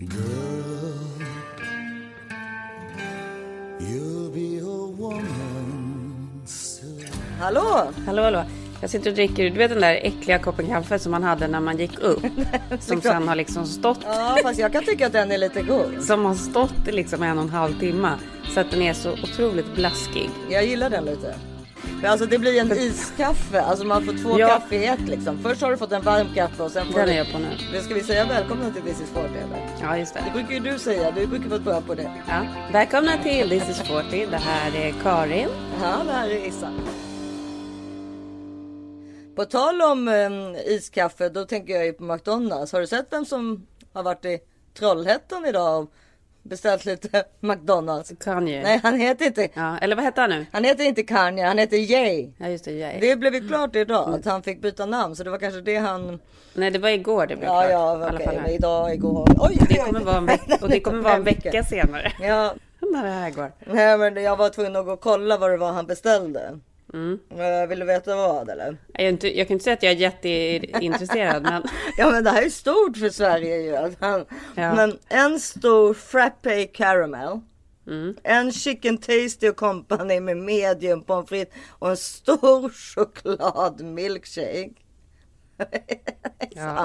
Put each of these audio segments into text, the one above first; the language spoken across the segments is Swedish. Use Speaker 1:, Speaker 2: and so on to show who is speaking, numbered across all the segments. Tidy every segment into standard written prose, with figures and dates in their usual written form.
Speaker 1: Girl, you'll be a woman soon.
Speaker 2: Hallå. Jag sitter och dricker, du vet den där äckliga koppen kaffe som man hade när man gick upp. Som sen har liksom stått.
Speaker 3: Ja, fast jag kan tycka att den är lite god.
Speaker 2: Som har stått i liksom 1,5 timme. Så att den är så otroligt blaskig.
Speaker 3: Jag gillar den lite. Men alltså det blir en iskaffe. Alltså man får 2 kaffe i ett liksom. Först har du fått en varm kaffe och sen får
Speaker 2: den
Speaker 3: du...
Speaker 2: är jag på nu.
Speaker 3: Det ska vi säga välkomna till This is 40 eller?
Speaker 2: Ja, just det.
Speaker 3: Det brukar ju du säga, du brukar vara bra på det.
Speaker 2: Ja. Välkomna till This is 40. Det här är Karin.
Speaker 3: Ja, det här är Issa. På tal om iskaffe, då tänker jag ju på McDonalds. Har du sett vem som har varit i Trollhättan idag och beställt lite McDonalds?
Speaker 2: Kanye.
Speaker 3: Nej, han heter inte...
Speaker 2: Ja, eller vad heter han nu?
Speaker 3: Han heter inte Kanye, han heter Jay.
Speaker 2: Ja, just det, Jay.
Speaker 3: Det blev ju klart idag att han fick byta namn, så det var kanske det han...
Speaker 2: Nej, det var igår det blev klart.
Speaker 3: Ja, okej. Men idag, igår... Oj,
Speaker 2: det kommer vara en vecka senare.
Speaker 3: Ja.
Speaker 2: När det här går.
Speaker 3: Nej, men jag var tvungen att gå och kolla vad det var han beställde. Vill du veta vad eller?
Speaker 2: Jag kan inte säga att jag är jätteintresserad men...
Speaker 3: Ja, men det här är stort för Sverige ju. Men en stor frappe caramel, en chicken tasty och company med medium pommes frites och en stor choklad milkshake.
Speaker 2: Ja.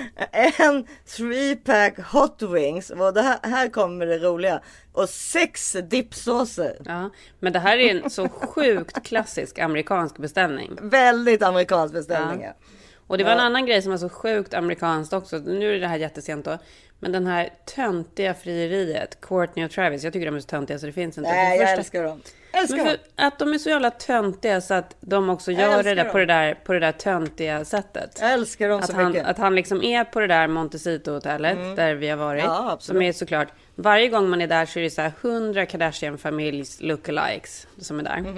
Speaker 3: En 3-pack hot wings. Och det här kommer det roliga. Och 6 dipsåser.
Speaker 2: Ja, men det här är en så sjukt klassisk amerikansk beställning.
Speaker 3: Väldigt amerikansk beställning.
Speaker 2: Ja. Och det var en annan grej som var så sjukt amerikanskt också. Nu är det här jättesent då. Men den här töntiga frieriet, Courtney och Travis. Jag tycker de är så töntiga så det finns inte.
Speaker 3: Nej, jag älskar dem.
Speaker 2: Att de är så jävla töntiga så att de också gör det där på det där töntiga sättet.
Speaker 3: Jag älskar dem så mycket.
Speaker 2: Att han liksom är på det där Montecito-hotellet där vi har varit.
Speaker 3: Ja, absolut.
Speaker 2: Som är såklart, varje gång man är där så är det så här 100 Kardashian-familjs lookalikes som är där.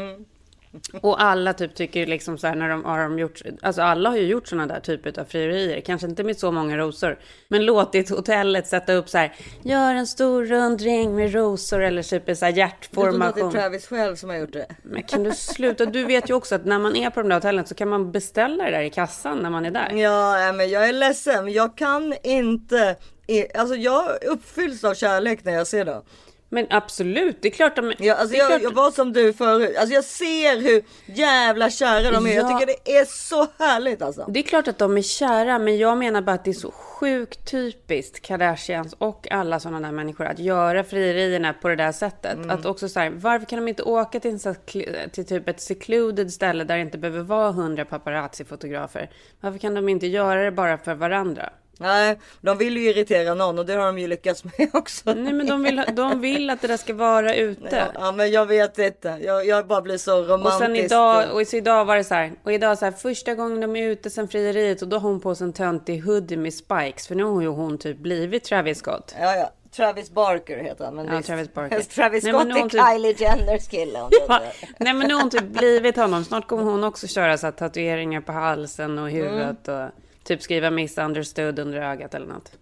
Speaker 2: Och alla typ tycker liksom så här när de har gjort, alltså alla har ju gjort såna där typer av frierier, kanske inte med så många rosor, men låtit hotellet sätta upp så här, gör en stor rund ring med rosor eller typ så här hjärtformation.
Speaker 3: Det är Travis själv som har gjort det.
Speaker 2: Men kan du sluta? Du vet ju också att när man är på de där hotellen så kan man beställa det där i kassan när man är där.
Speaker 3: Ja, men jag är ledsen, jag kan inte, alltså jag uppfylls av kärlek när jag ser det.
Speaker 2: Men absolut, det är klart de...
Speaker 3: Ja, alltså jag var som du förut. Alltså jag ser hur jävla kära de är. Jag tycker det är så härligt alltså.
Speaker 2: Det är klart att de är kära, men jag menar bara att det är så sjukt typiskt Kardashians och alla sådana där människor att göra frierierna på det där sättet. Att också så här, varför kan de inte åka till typ ett secluded ställe där det inte behöver vara 100 paparazzi-fotografer? Varför kan de inte göra det bara för varandra?
Speaker 3: Nej, de vill ju irritera någon och det har de ju lyckats med också.
Speaker 2: Nej, men de vill att det där ska vara ute.
Speaker 3: Ja, men jag vet inte. Jag bara blir så romantisk.
Speaker 2: Och så idag var det så här. Och idag så här, första gången de är ute sen frieriet och då har hon på sig en töntig hoodie med spikes. För nu har ju hon typ blivit Travis Scott.
Speaker 3: Ja. Travis Barker heter han. Men
Speaker 2: ja, Travis Barker.
Speaker 3: Travis Scott är Kylie Jenners kille.
Speaker 2: Nej, men nu har hon typ blivit honom. Snart kommer hon också köra så här, tatueringar på halsen och huvudet och... Typ skriva misunderstood under ögat eller något.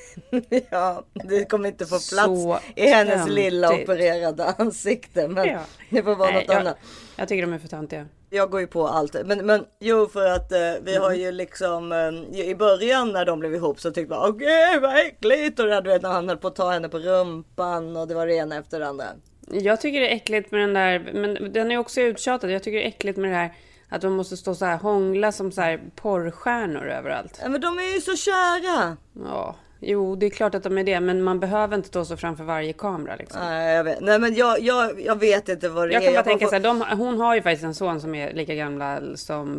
Speaker 3: Ja, det kommer inte få plats i hennes lilla opererade ansikte. Men det får vara något annat.
Speaker 2: Jag tycker de är för töntiga.
Speaker 3: Jag går ju på allt. Men jo, för att vi har ju liksom i början när de blev ihop så tyckte man okej, vad äckligt. Och du vet när han höll på att ta henne på rumpan och det var det ena efter det andra.
Speaker 2: Jag tycker det är äckligt med den där, men den är också uttjatad. Jag tycker det är äckligt med det här att de måste stå så här hångla som så här porrstjärnor överallt.
Speaker 3: Ja, men de är ju så kära.
Speaker 2: Ja, jo, det är klart att de är det. Men man behöver inte stå så framför varje kamera liksom.
Speaker 3: Nej, jag vet. Nej, men jag vet inte vad det är.
Speaker 2: Jag kan bara tänka så här, hon har ju faktiskt en son som är lika gamla som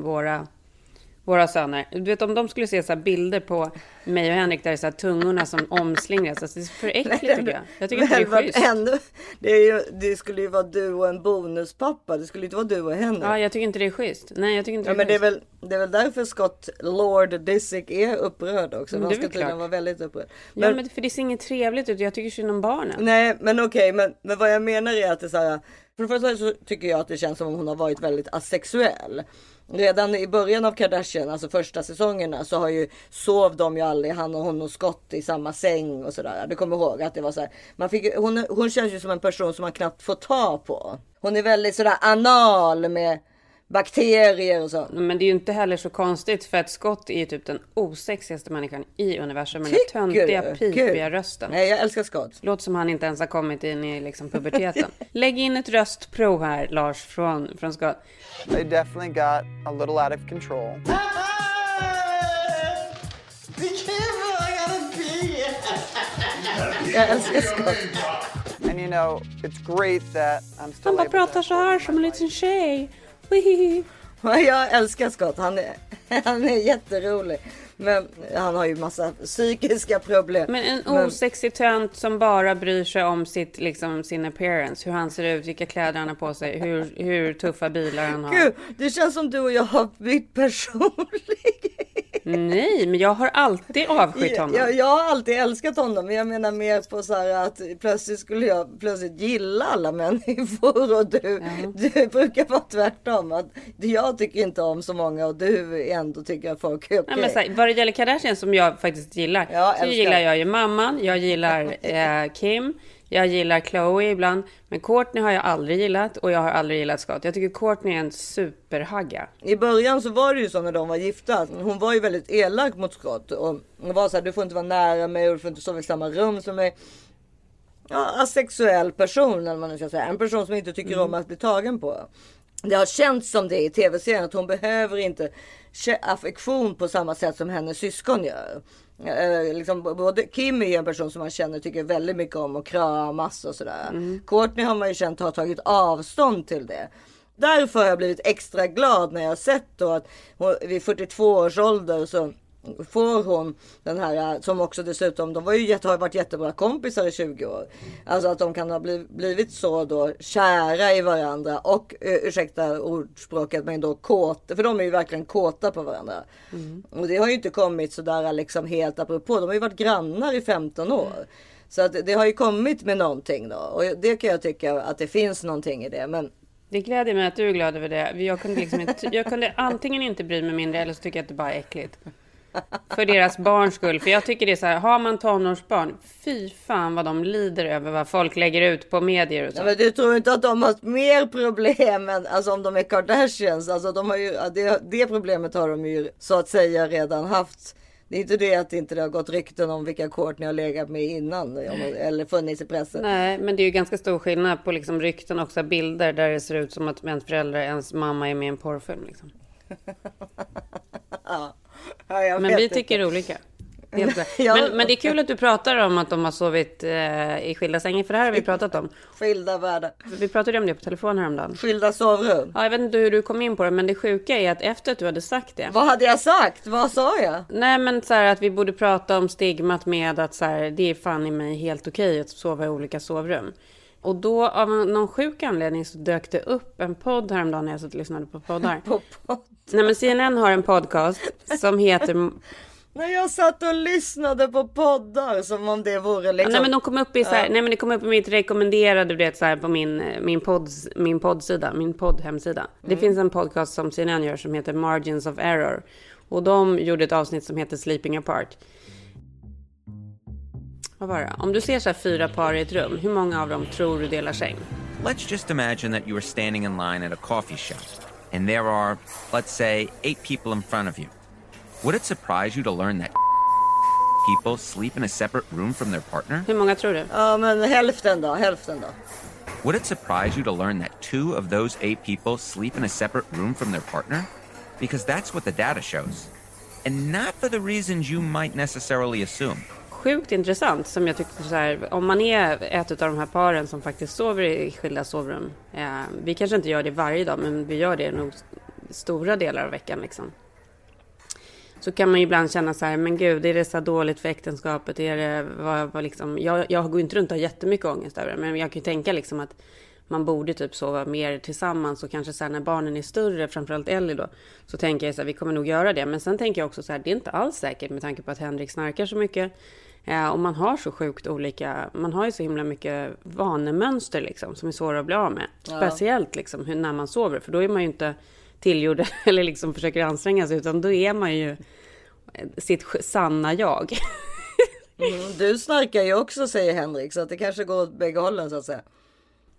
Speaker 2: våra söner. Du vet, om de skulle se så här bilder på mig och Henrik där det är så här tungorna som omslingras. Alltså, det är för äckligt tycker jag. Jag tycker inte det är schysst.
Speaker 3: Det skulle ju vara du och en bonuspappa. Det skulle inte vara du och Henrik.
Speaker 2: Ja, jag tycker inte det är schysst. Nej, jag tycker inte det är
Speaker 3: men
Speaker 2: schysst.
Speaker 3: det är väl därför Scott Lord Disick är upprörd också. Han ska tydligen vara väldigt upprörd.
Speaker 2: Men för det ser inget trevligt ut. Jag tycker synd om barnen.
Speaker 3: Nej, men okej. Men vad jag menar är att det är så här... För det första så tycker jag att det känns som om hon har varit väldigt asexuell. Redan i början av Kardashian, alltså första säsongerna, så sov de ju aldrig, han och hon och Scott i samma säng och sådär. Du kommer ihåg att det var så här, hon känns ju som en person som man knappt får ta på. Hon är väldigt sådär anal med bakterier och så.
Speaker 2: Men det är ju inte heller så konstigt, för att Scott är ju typ den osexigaste människan i universum med den töntiga, pipiga rösten.
Speaker 3: Nej, jag älskar Scott.
Speaker 2: Låter som han inte ens har kommit in i liksom puberteten. Lägg in ett röstprov här, Lars, från Scott.
Speaker 4: They definitely got a little out of control.
Speaker 3: Jag älskar Scott.
Speaker 4: And you know, it's great that I'm still
Speaker 2: Han bara
Speaker 4: able to
Speaker 2: pratar så här som en liten tjej. Wihihi.
Speaker 3: Jag älskar Scott. Han är jätterolig. Men han har ju massa psykiska problem.
Speaker 2: Men en osexig tönt som bara bryr sig om sitt, liksom, sin appearance. Hur han ser ut, vilka kläder han har på sig, hur tuffa bilar han har.
Speaker 3: Gud, det känns som du och jag har bytt personlighet.
Speaker 2: Nej, men jag har alltid avskytt honom.
Speaker 3: Jag har alltid älskat honom. Men jag menar mer på så här att plötsligt skulle jag gilla alla människor. Och du brukar vara tvärtom. Att jag tycker inte om så många och du ändå tycker att folk är okej.
Speaker 2: Ja, men så här, vad det gäller Kardashian som jag faktiskt gillar. Så gillar jag ju mamman. Jag gillar Kim. Jag gillar Chloe ibland. Men Kourtney har jag aldrig gillat. Och jag har aldrig gillat Scott. Jag tycker Kourtney är en superhagga.
Speaker 3: I början så var det ju så när de var gifta. Hon var ju väldigt elak mot Scott. Och hon var så här, du får inte vara nära mig. Och du får inte sova i samma rum som mig. Ja, asexuell person, eller man ska säga. En person som inte tycker om att bli tagen på. Det har känts som det i tv-serien. Att hon behöver inte affektion på samma sätt som hennes syskon gör. Liksom, både Kim är en person som man känner tycker väldigt mycket om och kramas och sådär. Kourtney har man ju känt har tagit avstånd till det. Därför har jag blivit extra glad när jag har sett då att vid 42 års ålder så får hon den här, som också dessutom, de har varit jättebra kompisar i 20 år. Alltså att de kan ha blivit så då kära i varandra och, ursäkta ordspråket, men då kåta, för de är ju verkligen kåta på varandra. Och det har ju inte kommit sådär liksom helt apropå, de har ju varit grannar i 15 år. Så att det har ju kommit med någonting då, och det kan jag tycka att det finns någonting i det, men
Speaker 2: det gläder mig att du är glad över det. Jag kunde antingen inte bry mig mindre, eller så tycker jag att det bara är äckligt. För deras barns skull. För jag tycker det är så här, har man tonårsbarn, fy fan vad de lider över vad folk lägger ut på medier och så.
Speaker 3: Ja, men du tror inte att de har mer problem än, alltså om de är Kardashians, alltså de har ju, det problemet har de ju så att säga redan haft. Det är inte det att inte det har gått rykten om vilka Kourtney har legat med innan eller funnits i pressen.
Speaker 2: Nej, men det är ju ganska stor skillnad på liksom rykten och också bilder där det ser ut som att ens föräldrar, ens mamma är med i en porrfilm liksom.
Speaker 3: Ja,
Speaker 2: men vi tycker olika. Men det är kul att du pratar om att de har sovit i skilda sängar, för det här har vi pratat om.
Speaker 3: Skilda världar.
Speaker 2: Vi pratade om det på telefon häromdagen.
Speaker 3: Skilda sovrum.
Speaker 2: Ja, jag vet inte hur du kom in på det, men det sjuka är att efter att du hade sagt det.
Speaker 3: Vad hade jag sagt? Vad sa jag?
Speaker 2: Nej, men så här att vi borde prata om stigmat med att så här, det är fan i mig helt okej att sova i olika sovrum. Och då av någon sjuk anledning så dök det upp en podd häromdagen när jag satt och lyssnade på poddar. Nej, men CNN har en podcast som heter...
Speaker 3: När jag satt och lyssnade på poddar som om det vore liksom...
Speaker 2: Nej, men de kom upp i så här, nej, men det kom upp i mitt rekommenderade, det så här på min poddsida, min poddhemsida. Det finns en podcast som CNN gör som heter Margins of Error. Och de gjorde ett avsnitt som heter Sleeping Apart. Vad var det? Om du ser så här 4 par i ett rum, hur många av dem tror du delar säng?
Speaker 5: Let's just imagine that you are standing in line at a coffee shop and there are, let's say, 8 people in front of you. Would it surprise you to learn that people sleep in a separate room from their partner?
Speaker 2: Hur många tror du?
Speaker 3: Ja, men hälften då.
Speaker 5: Would it surprise you to learn that 2 of those 8 people sleep in a separate room from their partner? Because that's what the data shows. And not for the reasons you might necessarily assume.
Speaker 2: Sjukt intressant, som jag tyckte så här, om man är ett av de här paren som faktiskt sover i skilda sovrum. Vi kanske inte gör det varje dag, men vi gör det nog stora delar av veckan liksom. Så kan man ju ibland känna så här, men gud, är det så dåligt för äktenskapet? Är det vad liksom, jag går inte runt och har jättemycket ångest över det, men jag kan ju tänka liksom att man borde typ sova mer tillsammans, och kanske så här när barnen är större, framförallt Ellie då, så tänker jag så här, vi kommer nog göra det. Men sen tänker jag också så här, det är inte alls säkert med tanke på att Henrik snarkar så mycket. Och man har så sjukt olika, man har ju så himla mycket vanemönster liksom, som är svåra att bli av med. Ja. Speciellt liksom när man sover, för då är man ju inte tillgjord eller liksom försöker anstränga sig, utan då är man ju sitt sanna jag.
Speaker 3: Du snarkar ju också, säger Henrik, så att det kanske går åt bägge hållen så att säga.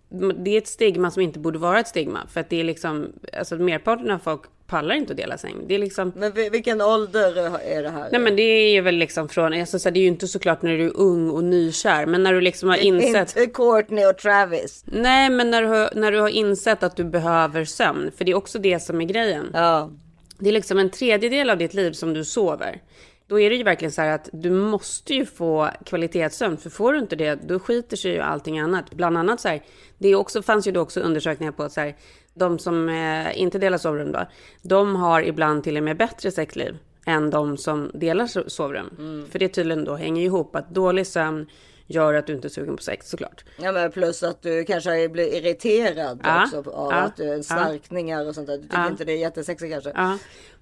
Speaker 2: det är ett stigma som inte borde vara ett stigma. För att det är liksom, alltså merparten av folk pallar inte att dela säng. Det är liksom...
Speaker 3: Men vilken ålder är det här?
Speaker 2: Nej, men det är väl liksom från, alltså, så det är ju inte såklart när du är ung och nykär, men när du liksom har insett...
Speaker 3: Inte Courtney och Travis.
Speaker 2: Nej, men när du har insett att du behöver sömn, för det är också det som är grejen.
Speaker 3: Ja.
Speaker 2: Det är liksom en tredjedel av ditt liv som du sover. Då är det ju verkligen så här att du måste ju få kvalitetssömn. För får du inte det, då skiter sig ju allting annat. Bland annat så här, det är också, fanns ju då också undersökningar på att så här, de som inte delar sovrum då, de har ibland till och med bättre sexliv än de som delar sovrum. För det tydligen då hänger ihop att dålig sömn gör att du inte är sugen på sex, såklart.
Speaker 3: Ja, men plus att du kanske blir irriterad också av att snarkningar och sånt där. Du tycker inte det är jättesexigt kanske.
Speaker 2: Ja.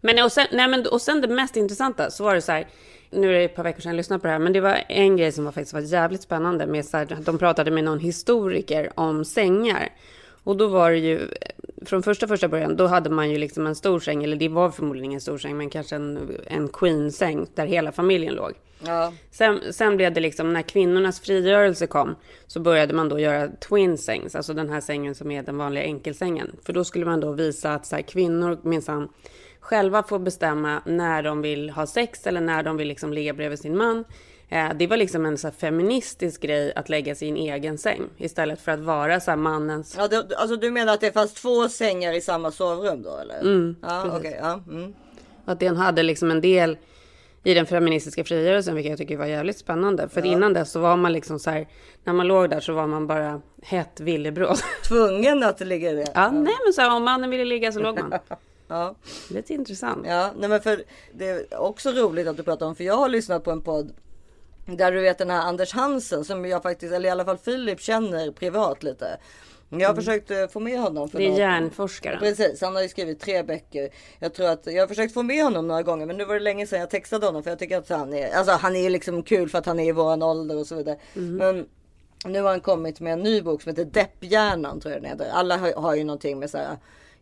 Speaker 2: Och sen det mest intressanta så var det så här, nu är det ett par veckor sedan jag lyssnade på det här, men det var en grej som faktiskt var jävligt spännande med så här, de pratade med någon historiker om sängar. Och då var det ju, från första början, då hade man ju liksom en stor säng, eller det var förmodligen en stor säng, men kanske en queen-säng där hela familjen låg. Ja. Sen blev det liksom, när kvinnornas frigörelse kom, så började man då göra twin sängs, alltså den här sängen som är den vanliga enkelsängen. För då skulle man då visa att så här, kvinnor minsann själva får bestämma när de vill ha sex eller när de vill liksom ligga bredvid sin man. Det var liksom en så här feministisk grej att lägga sin egen säng istället för att vara så här mannens.
Speaker 3: Ja, alltså du menar att det fanns 2 sängar i samma sovrum då, eller?
Speaker 2: Ja,
Speaker 3: okej. Ja.
Speaker 2: Att den hade liksom en del i den feministiska frigörelsen, vilket jag tycker var jävligt spännande. För innan dess så var man liksom så här, när man låg där så var man bara hett villebråd.
Speaker 3: Tvungen att ligga där.
Speaker 2: Ja, nej, men så här, om mannen ville ligga så låg man.
Speaker 3: Ja.
Speaker 2: Lite intressant.
Speaker 3: Ja, nej, men för det är också roligt att du pratar om, för jag har lyssnat på en podd där du vet den här Anders Hansen som jag faktiskt, eller i alla fall Filip känner privat lite. Jag har försökt få med honom. För
Speaker 2: det är hjärnforskaren.
Speaker 3: Precis, han har ju skrivit 3 böcker. Jag tror att jag har försökt få med honom några gånger, men nu var det länge sedan jag textade honom, för jag tycker att han är liksom kul för att han är i våran ålder och så vidare. Men nu har han kommit med en ny bok som heter Depphjärnan, tror jag den heter. Alla har ju någonting med så här...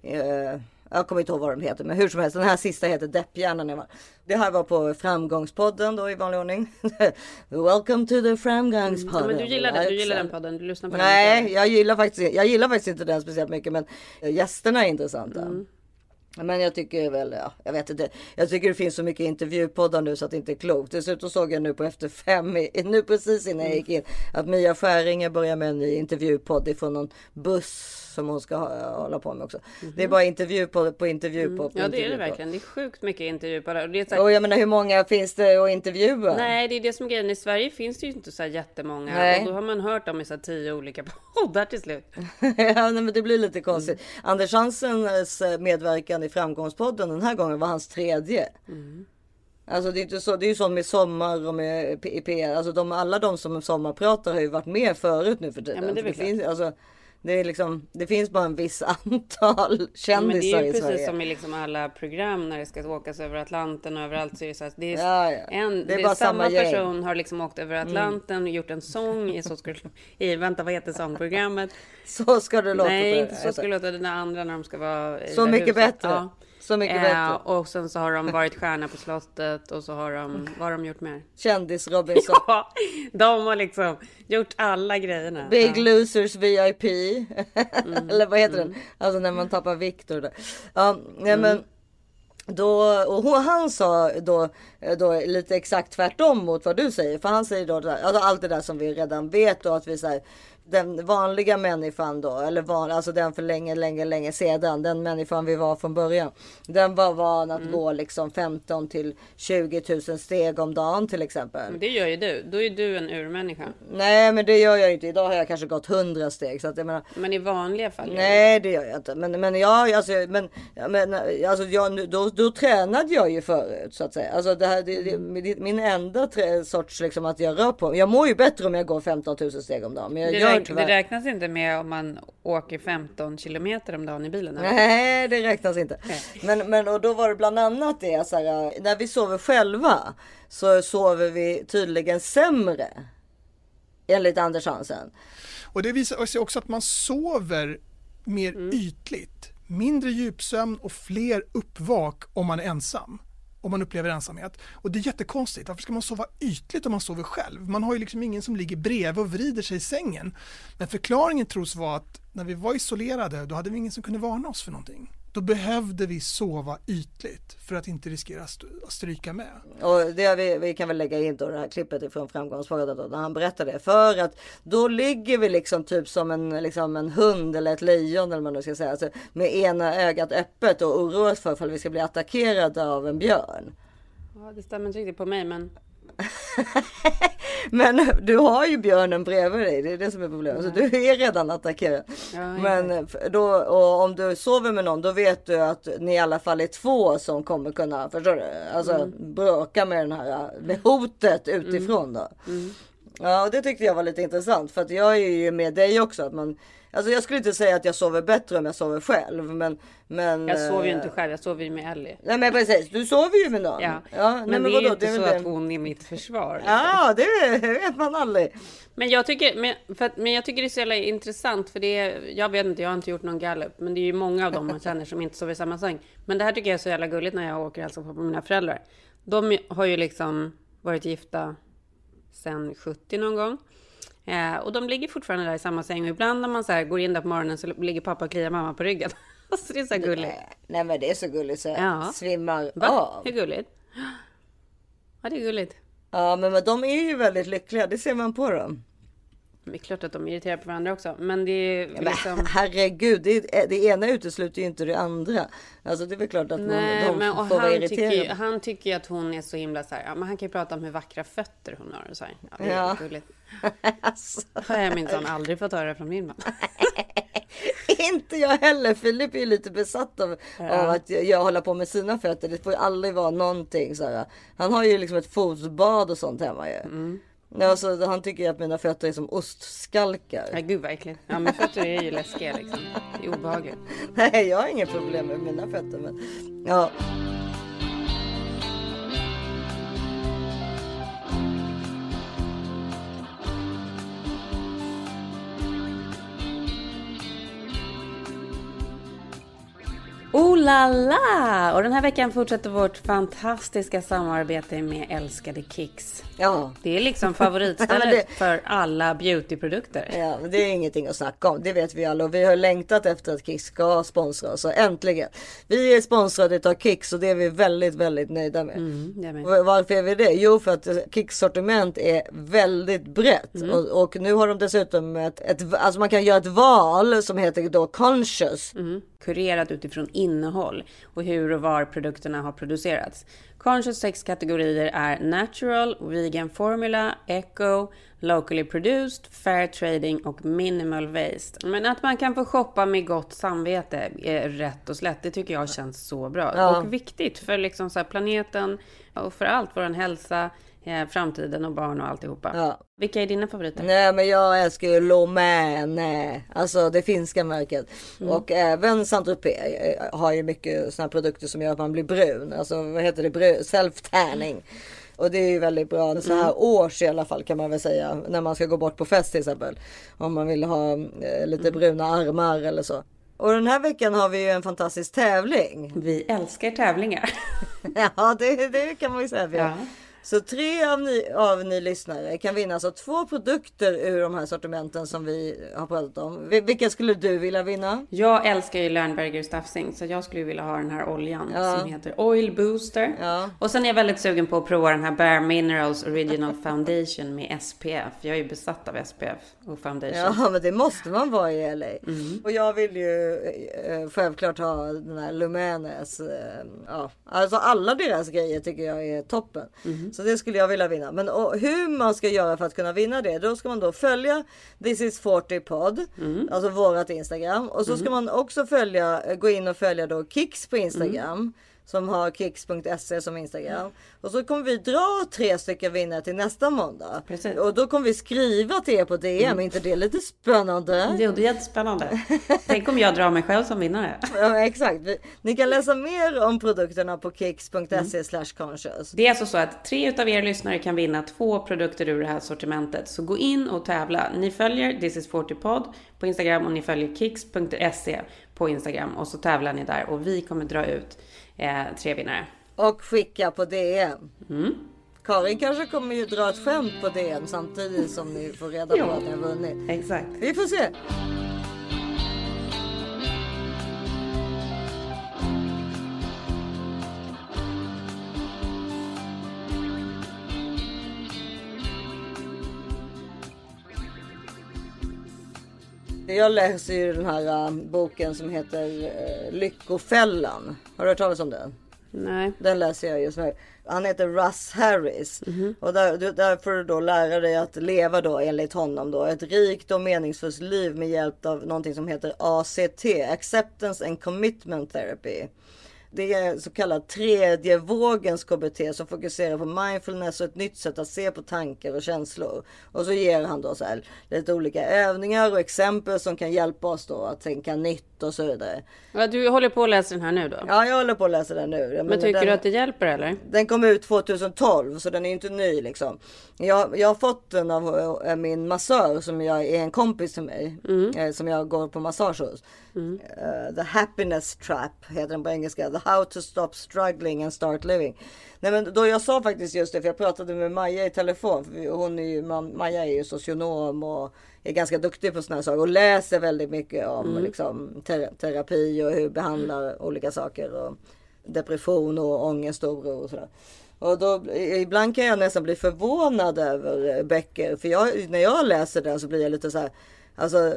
Speaker 3: jag kommer inte ihåg vad de heter, men hur som helst, den här sista heter Depphjärnan. Det här var på Framgångspodden då, i vanlig ordning. Welcome to the Framgångspodden.
Speaker 2: Ja, men du gillar den podden, du lyssnar på den.
Speaker 3: Nej, jag gillar faktiskt inte den speciellt mycket, men gästerna är intressanta. Men jag tycker väl, jag vet inte. Jag tycker det finns så mycket intervjupoddar nu så att det inte är klokt. Dessutom såg jag nu på Efter 5, nu precis innan jag gick in, att Mia Skäringer börjar med en ny intervjupodd ifrån någon buss som hon ska hålla på med också. Det är bara intervju på intervju på
Speaker 2: Ja, det är det verkligen. Det är sjukt mycket intervjupoddar.
Speaker 3: Och jag menar, hur många finns det att intervjua?
Speaker 2: Nej, det är det som är grejen. I Sverige finns det ju inte så här jättemånga.
Speaker 3: Nej.
Speaker 2: Och då har man hört om i så 10 olika poddar till slut.
Speaker 3: Ja, men det blir lite konstigt. Anders Hansens medverkan i Framgångspodden den här gången var hans 3:e. Alltså det är inte så, det är ju sånt med Sommar och med PR. Alltså alla de som sommarpratar har ju varit med förut nu för tiden.
Speaker 2: Ja, men det
Speaker 3: finns, alltså, det är liksom, det finns bara en viss antal kändisar i Sverige.
Speaker 2: Men det är ju precis som i liksom alla program när det ska åkas över Atlanten och överallt, så är det så att det är,
Speaker 3: det är bara
Speaker 2: samma person har liksom åkt över Atlanten och gjort en sång i vänta, vad heter sångprogrammet?
Speaker 3: Så ska det låta.
Speaker 2: Nej, inte så ska det låta, den andra när de ska vara i
Speaker 3: Så mycket
Speaker 2: huset.
Speaker 3: bättre.
Speaker 2: Ja.
Speaker 3: Så mycket bättre.
Speaker 2: Och sen så har de varit stjärna på slottet och så har de, vad har de gjort mer?
Speaker 3: Kändis Robinson.
Speaker 2: Ja, de har liksom gjort alla grejerna.
Speaker 3: Big Losers VIP. Eller vad heter den? Alltså när man tappar vikt och det. Ja, men då, och han sa då lite exakt tvärtom mot vad du säger. För han säger då alltså allt det där som vi redan vet, och att vi säger den vanliga människan då, eller alltså den för länge sedan, den människan vi var från början, den var van att gå liksom 15 till 20 000 steg om dagen till exempel.
Speaker 2: Men det gör ju du, då är du en urmänniska.
Speaker 3: Nej, men det gör jag inte. Idag har jag kanske gått 100 steg, så att jag menar,
Speaker 2: men i vanliga fall.
Speaker 3: Nej, det gör jag inte. Men jag, alltså då tränade jag ju förut, så att säga. Alltså det här, min enda sorts liksom att jag rör på. Jag mår ju bättre om jag går 15 000 steg om dagen, men jag
Speaker 2: det räknas inte med om man åker 15 kilometer om dagen i bilen. Eller?
Speaker 3: Nej, det räknas inte. Men och då var det bland annat det så här, när vi sover själva så sover vi tydligen sämre, enligt Anders Hansen.
Speaker 6: Och det visar sig också att man sover mer ytligt, mindre djupsömn och fler uppvak om man är ensam. om man upplever ensamhet. Och det är jättekonstigt. Varför ska man sova ytligt om man sover själv? Man har ju liksom ingen som ligger bredvid och vrider sig i sängen. Men förklaringen tros vara att när vi var isolerade, då hade vi ingen som kunde varna oss för någonting. Då behövde vi sova ytligt för att inte riskera att stryka med.
Speaker 3: Och det vi kan väl lägga in då det här klippet från Framgångspodden då, när han berättar det. För att då ligger vi liksom typ som en hund eller ett lejon eller vad man nu ska säga. Alltså, med ena ögat öppet och oroas för vi ska bli attackerade av en björn.
Speaker 2: Ja, det stämmer inte riktigt på mig, men...
Speaker 3: Men du har ju björnen bredvid dig, det är det som är problemet. Så du är redan attackerad.
Speaker 2: Ja,
Speaker 3: men då, och om du sover med någon, då vet du att ni i alla fall är två som kommer kunna, förstår du? Alltså bråka med med hotet utifrån då. Ja, och det tyckte jag var lite intressant, för att jag är ju med dig också, att man, alltså jag skulle inte säga att jag sover bättre om jag sover själv, men
Speaker 2: jag sover ju inte själv, jag sover ju med Ellie.
Speaker 3: Nej men precis, du sover ju med någon.
Speaker 2: Ja,
Speaker 3: men
Speaker 2: det är
Speaker 3: vadå?
Speaker 2: ju inte
Speaker 3: Det är
Speaker 2: så
Speaker 3: väl
Speaker 2: att hon är mitt försvar. Liksom.
Speaker 3: Ja, det vet man aldrig.
Speaker 2: Men jag tycker, men jag tycker det är så jävla intressant, för det är, jag vet inte, jag har inte gjort någon gallup, men det är ju många av dem man känner som inte sover i samma säng. Men det här tycker jag är så jävla gulligt när jag åker och hälsar på mina föräldrar. De har ju liksom varit gifta sedan 70 någon gång. Och de ligger fortfarande där i samma säng. Och ibland när man så här går in där på morgonen så ligger pappa och kliar mamma på ryggen. Så det är så gulligt.
Speaker 3: Nej men det är så gulligt så svimmar av.
Speaker 2: Hur gulligt? Ja, det är gulligt.
Speaker 3: Ja, men de är ju väldigt lyckliga. Det ser man på dem.
Speaker 2: Det är klart att de irriterar på varandra också. Men det är liksom...
Speaker 3: Men herregud, det ena utesluter ju inte det andra. Alltså det är väl klart att de får vara irriterade.
Speaker 2: Han tycker ju att hon är så himla så här. Ja, men han kan ju prata om hur vackra fötter hon har och så här. Ja, det är gulligt.
Speaker 3: Alltså.
Speaker 2: Har jag minsann aldrig fått höra från min man.
Speaker 3: Inte jag heller. Filip är ju lite besatt av att jag håller på med sina fötter. Det får ju aldrig vara någonting så här. Han har ju liksom ett fotbad och sånt hemma ju. Ja, så han tycker att mina fötter är som ostskalkar.
Speaker 2: Ja, gud vad äckligt. Ja, men fötter är ju läskiga liksom. Det är obehagligt.
Speaker 3: Nej, jag har inga problem med mina fötter. Men ja.
Speaker 2: Oh la la! Och den här veckan fortsätter vårt fantastiska samarbete med älskade Kicks.
Speaker 3: Ja.
Speaker 2: Det är liksom favoritstället för alla beautyprodukter.
Speaker 3: Ja, det är ingenting att snacka om. Det vet vi alla. Och vi har längtat efter att Kicks ska sponsra oss. Så äntligen. Vi är sponsrade av Kicks och det är vi väldigt, väldigt nöjda med. Varför är vi det? Jo, för att Kicks sortiment är väldigt brett. Och nu har de dessutom alltså man kan göra ett val som heter då Conscious.
Speaker 2: Kurerat utifrån innehåll och hur och var produkterna har producerats. Conscious 6 kategorier är natural, vegan formula, eco, locally produced, fair trading och minimal waste. Men att man kan få shoppa med gott samvete är rätt och slätt. Det tycker jag känns så bra. Ja. Och viktigt för liksom så här planeten och för allt, vår hälsa, framtiden och barn och alltihopa. Ja. Vilka är dina favoriter?
Speaker 3: Nej, men jag älskar ju Lomane, alltså det finska märket. Och även Saint-Tropez har ju mycket såna produkter som gör att man blir brun. Alltså vad heter det? Self-tanning. Och det är ju väldigt bra. Så här års i alla fall kan man väl säga. När man ska gå bort på fest till exempel. Om man vill ha lite bruna armar eller så. Och den här veckan har vi ju en fantastisk tävling.
Speaker 2: Vi älskar tävlingar.
Speaker 3: Ja, det kan man ju säga. Ja. Så 3 av ni lyssnare kan vinna alltså 2 produkter ur de här sortimenten som vi har pratat om. Vilka skulle du vilja vinna?
Speaker 2: Jag älskar ju Lernberger Staffsing, så jag skulle vilja ha den här oljan som heter Oil Booster. Ja. Och sen är jag väldigt sugen på att prova den här Bare Minerals Original Foundation med SPF. Jag är ju besatt av SPF och foundation.
Speaker 3: Ja, men det måste man vara i LA. Och jag vill ju självklart ha den här Lumenes. Alltså alla deras grejer tycker jag är toppen. Så det skulle jag vilja vinna. Men hur man ska göra för att kunna vinna det, då ska man då följa This is 40 podd, alltså vårat Instagram. Och så ska man också gå in och följa då Kicks på Instagram. Som har kicks.se som Instagram. Och så kommer vi dra 3 stycken vinnare till nästa måndag.
Speaker 2: Precis.
Speaker 3: Och då kommer vi skriva till er på DM. Inte det är lite spännande?
Speaker 2: Jo, det är jättespännande. Tänk om jag drar mig själv som vinnare.
Speaker 3: Ja, exakt. Ni kan läsa mer om produkterna på kicks.se/conscious.
Speaker 2: Det är alltså så att 3 utav er lyssnare kan vinna 2 produkter ur det här sortimentet. Så gå in och tävla. Ni följer This is 40 podd på Instagram och ni följer kicks.se på Instagram. Och så tävlar ni där och vi kommer dra ut 3 vinnare.
Speaker 3: Och skicka på DM. Karin kanske kommer ju dra ett skämt på DM samtidigt som ni får reda på att ni har vunnit.
Speaker 2: Exakt.
Speaker 3: Vi får se. Jag läser ju den här boken som heter Lyckofällan. Har du hört talas om den?
Speaker 2: Nej.
Speaker 3: Den läser jag just nu. Han heter Russ Harris. Och där får du då lära dig att leva då enligt honom då. Ett rikt och meningsfullt liv med hjälp av någonting som heter ACT. Acceptance and Commitment Therapy. Det är så kallad tredje vågens KBT som fokuserar på mindfulness och ett nytt sätt att se på tankar och känslor. Och så ger han då så här lite olika övningar och exempel som kan hjälpa oss då att tänka nytt och så vidare.
Speaker 2: Ja, du håller på att läsa den här nu då?
Speaker 3: Ja, jag håller på att läsa den nu.
Speaker 2: Men tycker du att det hjälper eller?
Speaker 3: Den kom ut 2012 så den är inte ny liksom. Jag har fått den av min massör som jag är en kompis till mig. Som jag går på massage hos. The Happiness Trap heter den på engelska. The How to Stop Struggling and Start Living. Nej, men då jag sa faktiskt just det, för jag pratade med Maja i telefon. För Maja är ju socionom och är ganska duktig på såna här saker. Och läser väldigt mycket om liksom, terapi och hur behandlar olika saker. Och depression och ångest och oro och sådär. Och då, ibland kan jag nästan bli förvånad över böcker. För när jag läser det så blir jag lite så här. Alltså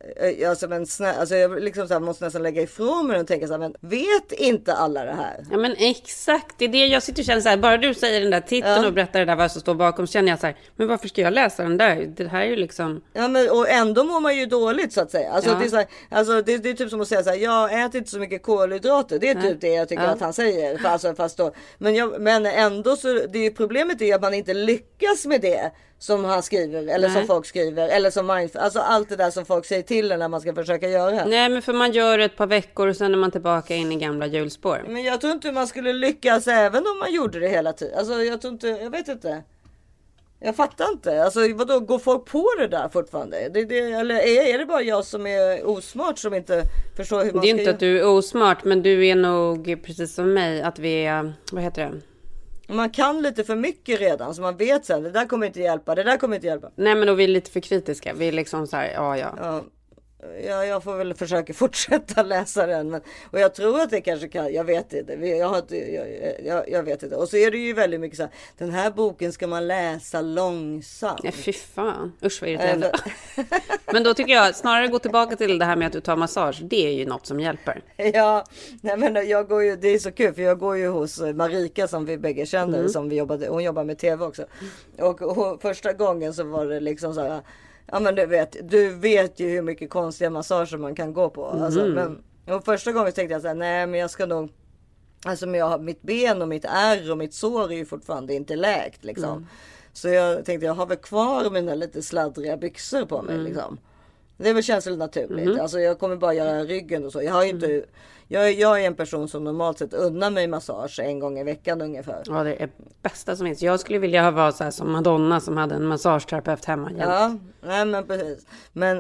Speaker 3: jag liksom så här, måste nästan lägga ifrån mig och tänka så här, men vet inte alla det här?
Speaker 2: Ja men exakt, det är det jag sitter och känner så här, bara du säger den där titeln och berättar det där vad som står bakom så känner jag så här, men varför ska jag läsa den där? Det här är ju liksom... Ja
Speaker 3: men och ändå mår man ju dåligt så att säga. Alltså, det är så här, alltså det är typ som att säga så här, jag äter inte så mycket kolhydrater. Det är typ det jag tycker att han säger. Fast då, men ändå så, det är problemet är att man inte lyckas med det. Som han skriver, eller som folk skriver, eller som alltså allt det där som folk säger till en när man ska försöka göra.
Speaker 2: Nej, men för man gör ett par veckor och sen är man tillbaka in i gamla hjulspår.
Speaker 3: Men jag tror inte man skulle lyckas även om man gjorde det hela tiden. Alltså jag vet inte. Jag fattar inte. Alltså vadå, går folk på det där fortfarande? Eller är det bara jag som är osmart som inte förstår hur man ska...
Speaker 2: Det är inte att du är osmart, men du är nog precis som mig att vi är, vad heter det?
Speaker 3: Man kan lite för mycket redan så man vet sen, det där kommer inte hjälpa, det där kommer inte hjälpa.
Speaker 2: Nej men då vi är lite för kritiska, vi är liksom så här, ja.
Speaker 3: Ja, jag får väl försöka fortsätta läsa den. Och jag tror att det kanske kan, jag vet inte. Jag vet inte. Och så är det ju väldigt mycket så här, den här boken ska man läsa långsamt.
Speaker 2: Ja, fy fan. Usch vad irriterande. Men då tycker jag snarare gå tillbaka till det här med att du tar massage. Det är ju något som hjälper.
Speaker 3: Ja, nej men jag går ju, det är så kul för jag går ju hos Marika som vi bägge känner, som hon jobbar med tv också. Och första gången så var det liksom så här, ja men du vet ju hur mycket konstiga massager man kan gå på. Alltså, och första gången tänkte jag så här, nej men jag ska nog, alltså men jag har mitt ben och mitt ärr och mitt sår är ju fortfarande inte läkt liksom. Så jag tänkte jag har väl kvar mina lite sladdriga byxor på mig liksom. Det är väl känsligt naturligt. Alltså jag kommer bara göra ryggen och så. Jag har ju inte... Jag är en person som normalt sett unnar mig massage en gång i veckan ungefär.
Speaker 2: Ja, det är bästa som finns. Jag skulle vilja vara så här som Madonna som hade en massageterapeut hemma.
Speaker 3: Ja, nej men precis. Men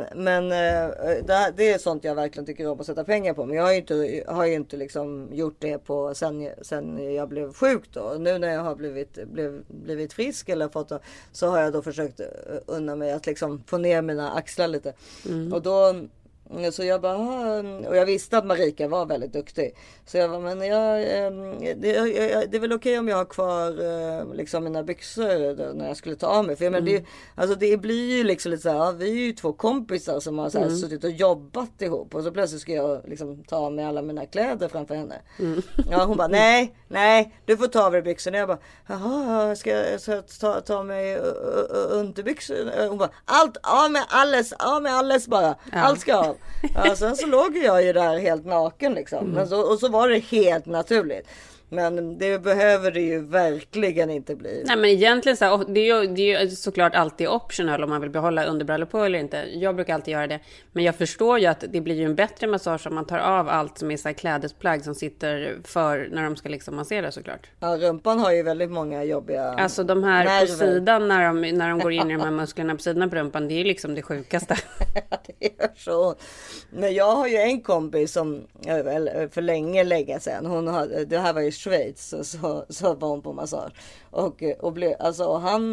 Speaker 3: det är sånt jag verkligen tycker om att sätta pengar på. Men jag har ju inte liksom gjort det på sen jag blev sjuk då. Nu när jag har blivit frisk eller fått, så har jag då försökt unna mig att liksom få ner mina axlar lite. Och då... Så jag bara, och jag visste att Marika var väldigt duktig. Så jag bara, men det är väl okej om jag har kvar liksom mina byxor då, när jag skulle ta av mig. För men det blir ju liksom lite så här, vi är ju två kompisar som har så här, suttit och jobbat ihop. Och så plötsligt ska jag liksom ta av mig alla mina kläder framför henne. Ja, hon bara, nej, du får ta av dig byxorna. Jag bara, jaha, ska jag ta av mig underbyxor? Hon bara, av med alles bara. Ja. Allt ska av. Ja, sen så låg jag ju där helt naken liksom. Men och så var det helt naturligt. Men det behöver det ju verkligen inte bli.
Speaker 2: Nej men egentligen så här, det är ju såklart alltid optional om man vill behålla underbrallor på eller inte. Jag brukar alltid göra det. Men jag förstår ju att det blir ju en bättre massage om man tar av allt som är så här klädesplagg som sitter för när de ska liksom massera såklart.
Speaker 3: Ja, rumpan har ju väldigt många jobbiga
Speaker 2: alltså de här nerver på sidan när de går in i de här musklerna på sidan på rumpan, det är ju liksom det sjukaste.
Speaker 3: Det gör så. Men jag har ju en kompis som för länge sedan, det här var ju Schweiz så var hon på massage. Och blev, alltså,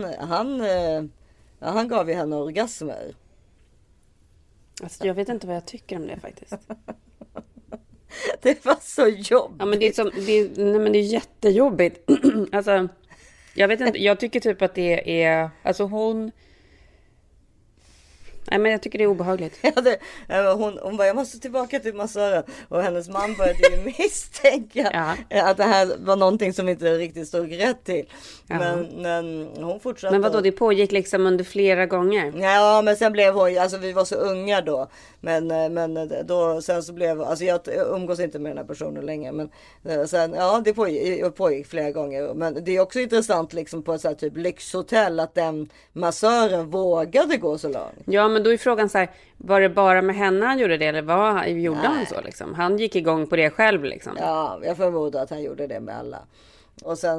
Speaker 3: han gav ju henne orgasmer.
Speaker 2: Alltså, jag vet inte vad jag tycker om det faktiskt.
Speaker 3: Det var så jobbigt.
Speaker 2: Ja, men det är jättejobbigt. Alltså, jag vet inte, jag tycker typ att det är, alltså nej, men jag tycker det är obehagligt.
Speaker 3: Hon bara, jag måste tillbaka till massören. Och hennes man började ju misstänka att det här var någonting som inte riktigt stod rätt till. Men hon fortsatte.
Speaker 2: Men vadå, det pågick liksom under flera gånger?
Speaker 3: Ja, men sen blev hon, alltså vi var så unga då. Men då, sen så blev, alltså jag umgås inte med den här personen längre. Men sen, ja, det pågick flera gånger. Men det är också intressant liksom på ett så här typ lyxhotell att den massören vågade gå så långt.
Speaker 2: Ja, men då är frågan så här, var det bara med henne han gjorde det eller vad gjorde han så liksom? Han gick igång på det själv liksom.
Speaker 3: Ja, jag förmodar att han gjorde det med alla. Och sen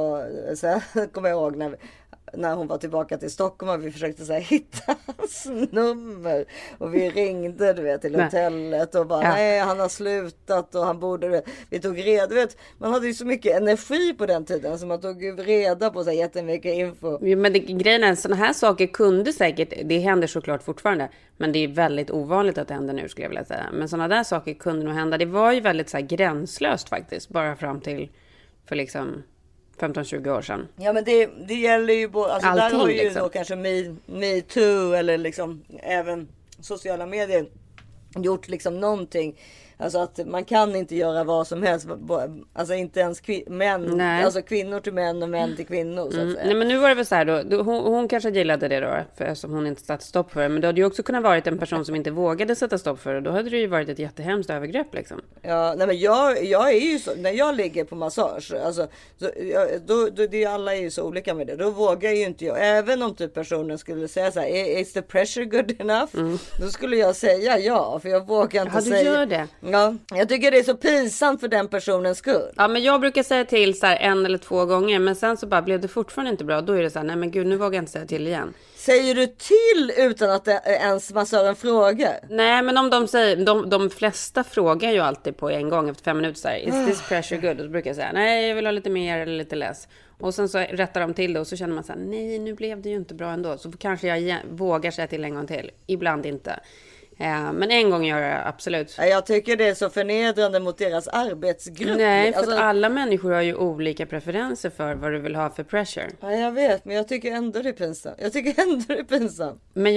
Speaker 3: kommer jag ihåg när hon var tillbaka till Stockholm och vi försökte så här hitta hans nummer. Och vi ringde till hotellet och bara nej, han har slutat och han borde, vi tog reda, man hade ju så mycket energi på den tiden så man tog ju reda på så här jättemycket info.
Speaker 2: Ja, men grejen är, sådana här saker kunde säkert, det händer såklart fortfarande, men det är väldigt ovanligt att det händer nu skulle jag vilja säga. Men sådana där saker kunde nog hända, det var ju väldigt så här gränslöst faktiskt, bara fram till för liksom 15-20 år sedan. Ja, men
Speaker 3: det gäller ju både, alltså
Speaker 2: allting,
Speaker 3: där har ju
Speaker 2: liksom.
Speaker 3: då kanske Me Too eller liksom även sociala medier gjort liksom någonting. Alltså att man kan inte göra vad som helst. Alltså inte ens män. Alltså kvinnor till män och män till kvinnor. Så att säga.
Speaker 2: Nej, men nu var det väl så här då. Hon kanske gillade det då. Eftersom hon inte satte stopp för det. Men det hade ju också kunnat varit en person som inte vågade sätta stopp för det. Då hade det ju varit ett jättehemskt övergrepp liksom.
Speaker 3: Ja, nej men jag är ju så. När jag ligger på massage. Alltså, alla är ju så olika med det. Då vågar ju inte jag. Även om typ personen skulle säga så här. Is the pressure good enough? Då skulle jag säga ja. För jag vågar inte säga.
Speaker 2: Du gör det.
Speaker 3: Ja, jag tycker det är så pinsamt för den personens skull.
Speaker 2: Ja, men jag brukar säga till så här 1 eller 2 gånger. Men sen så bara blev det fortfarande inte bra. Då är det så här, nej men gud, nu vågar jag inte säga till igen.
Speaker 3: Säger du till utan att ens massören frågar?
Speaker 2: Nej, men om de säger, de flesta frågar ju alltid på en gång efter 5 minuter så här, is this pressure good? Och så brukar jag säga, nej jag vill ha lite mer eller lite less. Och sen så rättar de till det och så känner man så här, nej nu blev det ju inte bra ändå. Så kanske jag vågar säga till en gång till. Ibland inte. Men en gång gör jag absolut.
Speaker 3: Jag tycker det är så förnedrande mot deras arbetsgrupp.
Speaker 2: Nej, för att alla människor har ju olika preferenser för vad du vill ha för pressure.
Speaker 3: Ja, jag vet, men jag tycker ändå det är pinsamt.
Speaker 2: Men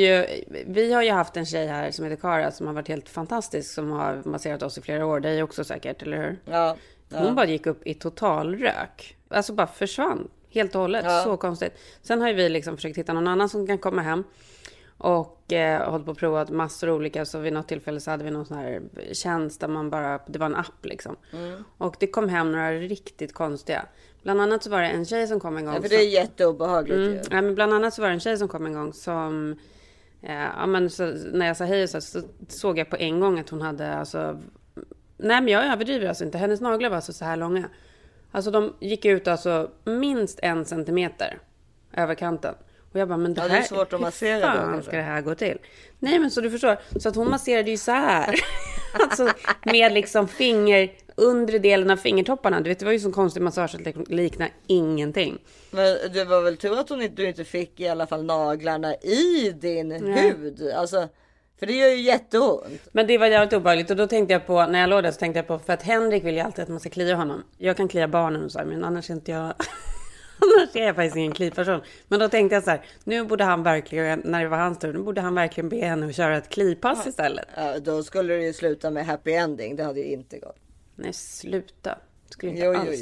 Speaker 2: vi har ju haft en tjej här som heter Kara som har varit helt fantastisk, som har masserat oss i flera år. Det är också säkert, eller hur?
Speaker 3: Ja.
Speaker 2: Hon bara gick upp i total rök. Alltså bara försvann helt och hållet. Ja. Så konstigt. Sen har ju vi liksom försökt hitta någon annan som kan komma hem. Och hållit på att prova massor olika. Så vid något tillfälle så hade vi någon sån här tjänst där man bara, det var en app liksom. Och det kom hem några riktigt konstiga. Bland annat så var det en tjej som kom en gång.
Speaker 3: Ja, för det är jätteobehagligt ju.
Speaker 2: Ja, men bland annat så var det en tjej som kom en gång som, ja men så, när jag sa hej så såg jag på en gång att hon hade alltså, nej men jag överdriver alltså inte. Hennes naglar var alltså så här långa. Alltså de gick ut alltså minst 1 centimeter över kanten. Och jag bara, men det här,
Speaker 3: är svårt att massera
Speaker 2: hur fan ska det här gå till? Nej men så du förstår, så att hon masserade ju så här. Alltså med liksom undre delen av fingertopparna. Du vet, det var ju så konstig massage att likna ingenting.
Speaker 3: Men det var väl tur att du inte fick i alla fall naglarna i din hud. Alltså, för det gör ju jätteont.
Speaker 2: Men det var jävligt obehagligt. Och då tänkte jag på, när jag låg där så tänkte jag på, för att Henrik vill ju alltid att man ska klia honom. Jag kan klia barnen och så här, men annars inte jag... Annars är jag faktiskt ingen klipperson. Men då tänkte jag så här, nu borde han verkligen, när det var hans tur, nu borde han verkligen be henne att köra ett klipass istället.
Speaker 3: Ja, då skulle det ju sluta med happy ending, det hade ju inte gått.
Speaker 2: Nej, sluta. Skulle inte alls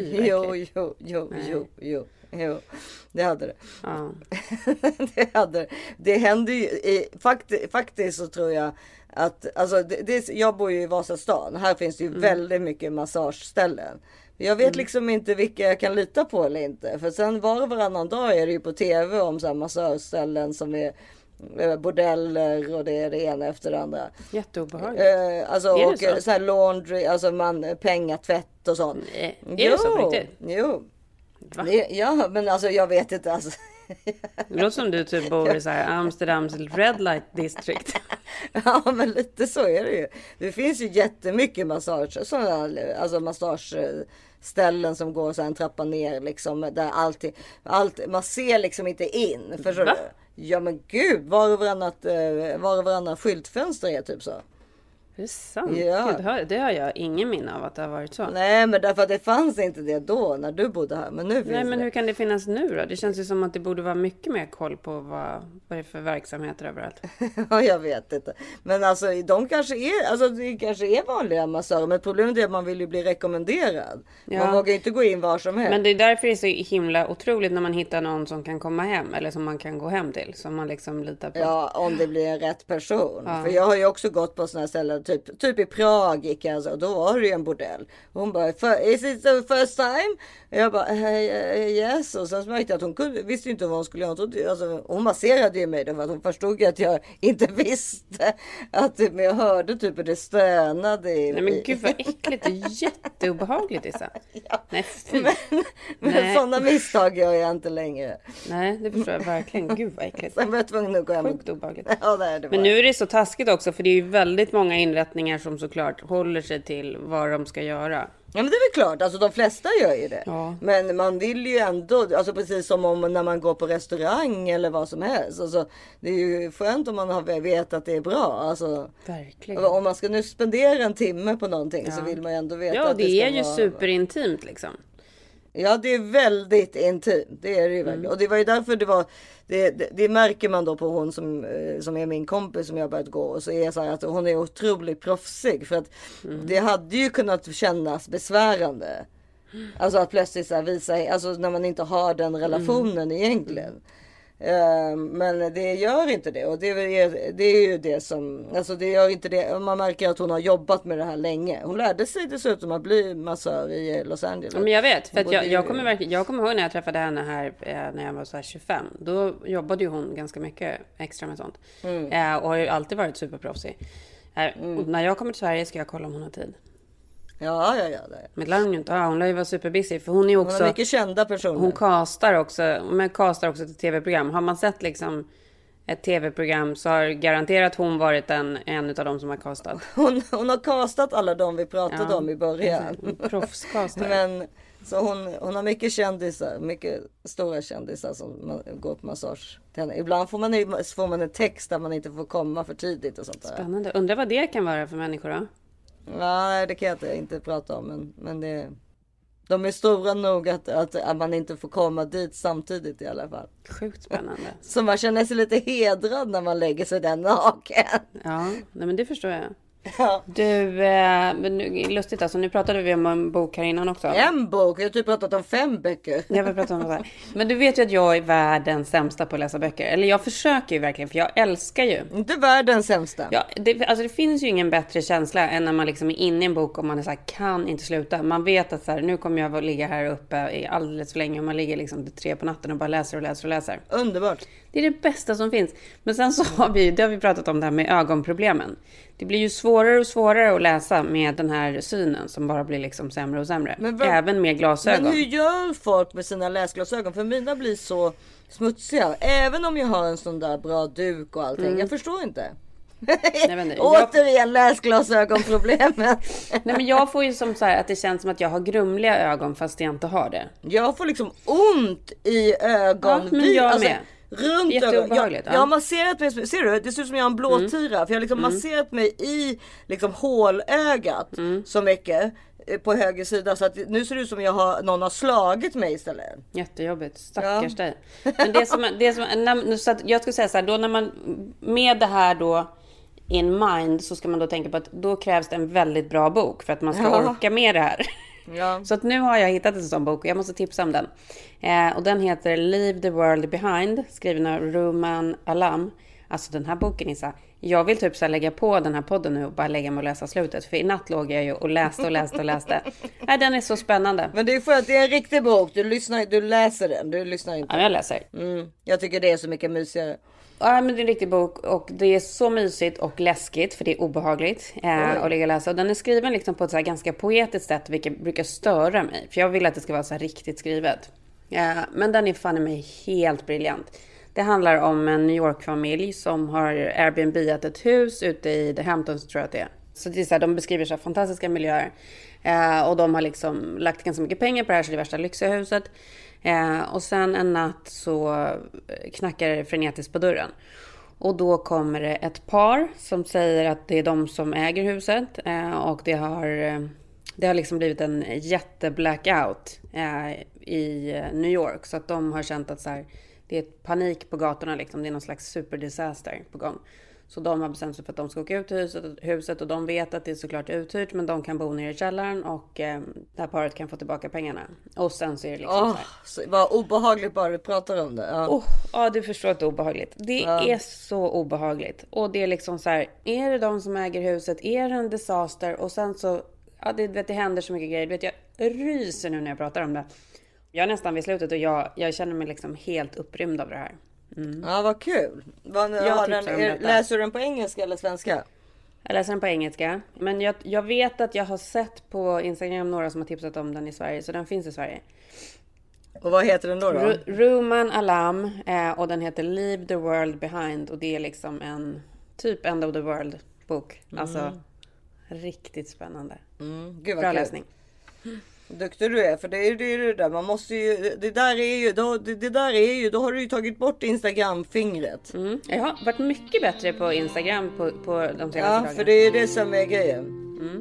Speaker 2: det.
Speaker 3: Jo, det hade det.
Speaker 2: Ja.
Speaker 3: Det hade det. Det hände ju, faktiskt så tror jag att, alltså jag bor ju i Vasastan, här finns det ju väldigt mycket massageställen. Jag vet liksom inte vilka jag kan lita på eller inte. För sen varannan dag är det ju på tv om så här massageställen som är bordeller och det är det ena efter det andra.
Speaker 2: Jätteobehagligt.
Speaker 3: Alltså, och så här laundry, alltså pengatvätt och sånt.
Speaker 2: Nej, är det så på riktigt?
Speaker 3: Jo. Ja, men alltså jag vet inte. Alltså,
Speaker 2: Det låter som du typ bor i så här Amsterdams Red Light District.
Speaker 3: Ja, men lite så är det ju. Det finns ju jättemycket massage, alltså massageställen som går så här en trappa ner liksom, där allt man ser liksom inte in. Förstår du? Ja men gud, var och varannan skyltfönster är typ så.
Speaker 2: Det är sant.
Speaker 3: Ja.
Speaker 2: Gud, det har jag ingen minne av att det har varit så.
Speaker 3: Nej, men därför att det fanns inte det då när du bodde här. Men nu finns
Speaker 2: Nej, men
Speaker 3: det.
Speaker 2: hur kan det finnas nu då? Det känns ju som att det borde vara mycket mer koll på vad det är för verksamheter överallt.
Speaker 3: Ja, jag vet inte. Men alltså, de kanske är, alltså det kanske är vanliga massörer. Men problemet är att man vill ju bli rekommenderad.
Speaker 2: Ja.
Speaker 3: Man vågar inte gå in var som helst.
Speaker 2: Men det är därför det är så himla otroligt när man hittar någon som kan komma hem. Eller som man kan gå hem till. Som man liksom litar på.
Speaker 3: Ja, om det blir en rätt person. Ja. För jag har ju också gått på såna här ställen, typ i Prag gick jag, alltså, då var det ju en bordell. Hon bara, is it the first time? Jag bara, yes. Och sen märkte jag att hon visste inte vad hon skulle göra. Alltså, hon masserade ju mig, för att hon förstod att jag inte visste. Men jag hörde typ hur det stönade.
Speaker 2: Nej men gud vad äckligt, det är jätteobehagligt Issa.
Speaker 3: Ja.
Speaker 2: Nej fy.
Speaker 3: Men sådana misstag gör jag inte längre.
Speaker 2: Nej, det förstår jag verkligen. Gud vad äckligt.
Speaker 3: Sen var jag tvungen att gå hem.
Speaker 2: Sjukt obehagligt.
Speaker 3: Ja, det var.
Speaker 2: Men nu är det så taskigt också, för det är ju väldigt många inrättningar som såklart håller sig till vad de ska göra.
Speaker 3: Ja, men det är väl klart, alltså de flesta gör ju det.
Speaker 2: Ja.
Speaker 3: Men man vill ju ändå, alltså precis som om när man går på restaurang eller vad som helst. Alltså, det är ju skönt om man vet att det är bra. Alltså,
Speaker 2: verkligen.
Speaker 3: Om man ska nu spendera en timme på någonting så vill man ju ändå veta att
Speaker 2: det
Speaker 3: ska
Speaker 2: är ju
Speaker 3: vara
Speaker 2: superintimt liksom.
Speaker 3: Ja, det är väldigt intimt. Det är det ju verkligen. Och det var ju därför det märker man då på hon som är min kompis som jag börjat gå. Och så är jag så här att hon är otroligt proffsig. För att det hade ju kunnat kännas besvärande. Alltså att plötsligt så här visa, alltså när man inte har den relationen egentligen. Men det gör inte det. Och det är ju det som, alltså det gör inte det. Man märker att hon har jobbat med det här länge. Hon lärde sig dessutom att bli massör i Los Angeles.
Speaker 2: Men jag vet, för att jag kommer ihåg när jag träffade henne här när jag var så här 25. Då jobbade ju hon ganska mycket extra med sånt. Och har ju alltid varit superproffsig. Och när jag kommer till Sverige ska jag kolla om hon har tid.
Speaker 3: Ja.
Speaker 2: Men lär hon ju inte. Hon lär ju vara superbusy. För hon är också,
Speaker 3: hon har mycket kända personer.
Speaker 2: Hon castar också till tv-program. Har man sett liksom ett tv-program så har garanterat hon varit en av dem som har castat.
Speaker 3: Hon har castat alla de vi pratade om i början.
Speaker 2: Proffskastare.
Speaker 3: Men så hon har mycket kändisar, mycket stora kändisar som går på massage. Ibland får man en text där man inte får komma för tidigt och sånt där.
Speaker 2: Spännande. Undrar vad det kan vara för människor då?
Speaker 3: Nej, det kan jag inte prata om. Men de är stora nog att man inte får komma dit samtidigt i alla fall.
Speaker 2: Sjukt spännande.
Speaker 3: Så man känner sig lite hedrad när man lägger sig den naken.
Speaker 2: Ja, nej, men det förstår jag.
Speaker 3: Ja.
Speaker 2: Du, men lustigt alltså, nu pratade vi om en bok här innan också.
Speaker 3: En bok? Jag har typ pratat om 5 böcker.
Speaker 2: Jag vill prata om det här. Men du vet ju att jag är världens sämsta på att läsa böcker. Eller jag försöker ju verkligen, för jag älskar ju.
Speaker 3: Inte världens sämsta.
Speaker 2: Ja, det finns ju ingen bättre känsla än när man liksom är inne i en bok och man är så här, kan inte sluta. Man vet att så här, nu kommer jag att ligga här uppe i alldeles för länge. Och man ligger liksom till 3 på natten och bara läser.
Speaker 3: Underbart.
Speaker 2: Det är det bästa som finns. Men sen så har vi pratat om det här med ögonproblemen. Det blir ju svårare och svårare att läsa med den här synen som bara blir liksom sämre och sämre. Även med glasögon.
Speaker 3: Men hur gör folk med sina läsglasögon? För mina blir så smutsiga. Även om jag har en sån där bra duk och allting. Jag förstår inte. Återigen läsglasögonproblemen.
Speaker 2: Nej, men jag får ju som så här att det känns som att jag har grumliga ögon fast jag inte har det.
Speaker 3: Jag får liksom ont i ögon.
Speaker 2: Ja, men jag med.
Speaker 3: Runt ögonen. Jag har masserat mig, ser du? Det ser ut som jag har en blåtira. För jag har liksom masserat mig i liksom hålögat så mycket på höger sida. Så att nu ser det ut som någon har slagit mig istället.
Speaker 2: Jättejobbigt, stackars dig. Men så att jag skulle säga så här, då när man med det här då in mind så ska man då tänka på att då krävs det en väldigt bra bok för att man ska orka med det här.
Speaker 3: Ja.
Speaker 2: Så att nu har jag hittat en sån bok och jag måste tipsa om den. Och den heter Leave the World Behind, skriven av Ruman Alam. Alltså den här boken är så här, jag vill typ så här lägga på den här podden nu och bara lägga mig och läsa slutet. För i natt låg jag ju och läste. Nej, den är så spännande.
Speaker 3: Men det är för att det är en riktig bok. Du läser den, du lyssnar inte.
Speaker 2: Ja, jag läser.
Speaker 3: Jag tycker det är så mycket mysigare.
Speaker 2: Ja, men det är en riktig bok och det är så mysigt och läskigt för det är obehagligt att ligga och läsa. Och den är skriven liksom på ett så här ganska poetiskt sätt, vilket brukar störa mig. För jag vill att det ska vara så här riktigt skrivet. Men den är fan i mig helt briljant. Det handlar om en New York-familj som har Airbnb-at ett hus ute i The Hamptons, tror jag att det är. Så det är så här, de beskriver så här fantastiska miljöer. Och de har liksom lagt ganska mycket pengar på det här, så det är värsta lyxiga huset. Och sen en natt så knackar det frenetiskt på dörren. Och då kommer det ett par som säger att det är de som äger huset. Och det har liksom blivit en jätteblackout i New York. Så att de har känt att så här, det är panik på gatorna. Liksom. Det är någon slags superdisaster på gång. Så de har bestämt sig för att de ska åka ut till huset. Och de vet att det är såklart uthyrt. Men de kan bo nere i källaren. Och det här paret kan få tillbaka pengarna. Och sen så är det liksom så här.
Speaker 3: Vad obehagligt bara du pratar om det.
Speaker 2: Ja, du förstår att det är obehagligt. Det är så obehagligt. Och det är liksom så här. Är det de som äger huset? Är det en disaster? Och sen så... Ja, det händer så mycket grejer. Jag ryser nu när jag pratar om det. Jag är nästan vid slutet och jag känner mig liksom helt upprymd av det här.
Speaker 3: Ja, vad kul. Läser du den på engelska eller svenska?
Speaker 2: Jag läser den på engelska. Men jag vet att jag har sett på Instagram några som har tipsat om den i Sverige. Så den finns i Sverige.
Speaker 3: Och vad heter den då?
Speaker 2: Ruman Alam. Och den heter Leave the World Behind. Och det är liksom en typ End of the World bok. Alltså riktigt spännande.
Speaker 3: Gud,
Speaker 2: bra läsning.
Speaker 3: Duktig du är, för det är ju det där. Man måste ju, det där är ju, då har du ju tagit bort Instagram-fingret.
Speaker 2: Jag har varit mycket bättre på Instagram på de senaste dagarna.
Speaker 3: Ja, för det är det som är grejen.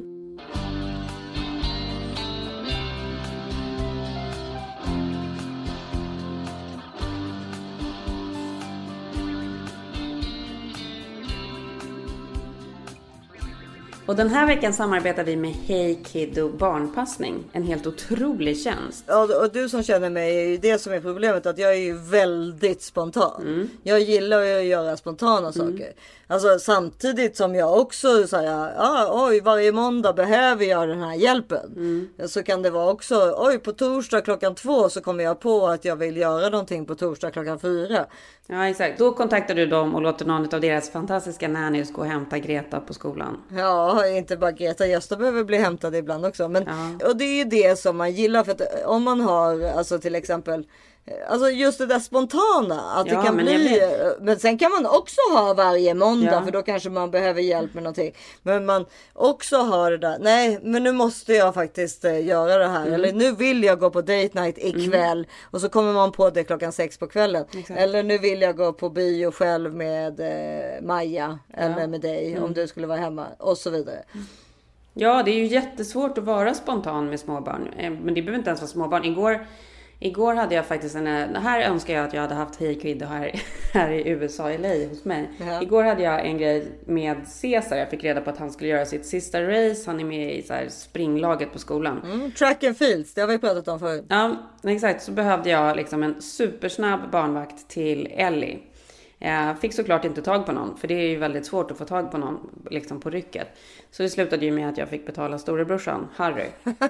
Speaker 2: Och den här veckan samarbetar vi med Hey Kiddo barnpassning. En helt otrolig tjänst.
Speaker 3: Ja, och du som känner mig är ju det som är problemet. Att jag är ju väldigt spontan. Jag gillar att göra spontana saker. Alltså samtidigt som jag också säger, varje måndag behöver jag den här hjälpen. Så kan det vara också, på torsdag 2:00 så kommer jag på att jag vill göra någonting på torsdag 4:00.
Speaker 2: Ja, exakt. Då kontaktar du dem och låter någon av deras fantastiska nannies gå och hämta Greta på skolan.
Speaker 3: Ja, inte bara Greta. Gösta behöver bli hämtad ibland också. Men, och det är ju det som man gillar. För att om man har, alltså till exempel, alltså just det där spontana. Att det kan bli, men sen kan man också ha varje måndag. För då kanske man behöver hjälp med någonting. Men man också har det där, nej men nu måste jag faktiskt göra det här. Eller nu vill jag gå på date night ikväll. Och så kommer man på det 6:00 på kvällen. Exakt. Eller nu vill jag gå på bio själv med Maja. Eller med dig om du skulle vara hemma. Och så vidare.
Speaker 2: Ja, det är ju jättesvårt att vara spontan med småbarn. Men det behöver inte ens vara småbarn. Igår hade jag faktiskt här önskar jag att jag hade haft Hey Kiddo här i USA, i LA hos mig. Igår hade jag en grej med Cesar. Jag fick reda på att han skulle göra sitt sista race. Han är med i så här springlaget på skolan.
Speaker 3: Track and fields, det har vi pratat om förut.
Speaker 2: Ja, exakt. Så behövde jag liksom en supersnabb barnvakt till Ellie. Jag fick såklart inte tag på någon. För det är ju väldigt svårt att få tag på någon liksom på rycket. Så det slutade ju med att jag fick betala storebrorsan, Harry.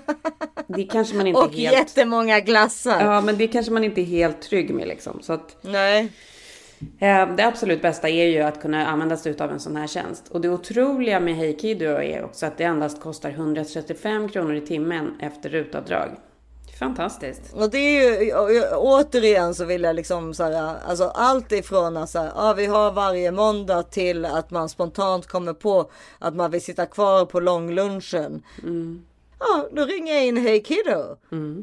Speaker 2: Det kanske man inte
Speaker 3: och helt... jättemånga glassar.
Speaker 2: Ja, men det kanske man inte är helt trygg med liksom. Så att...
Speaker 3: Nej.
Speaker 2: Det absolut bästa är ju att kunna använda sig av en sån här tjänst. Och det otroliga med Hey Kiddo är också att det endast kostar 135 kronor i timmen efter rutavdrag. Fantastiskt.
Speaker 3: Och det är ju, återigen så vill jag liksom så här, alltså allt ifrån att vi har varje måndag till att man spontant kommer på att man vill sitta kvar på långlunchen. Ja, då ringer jag in Hey Kiddo.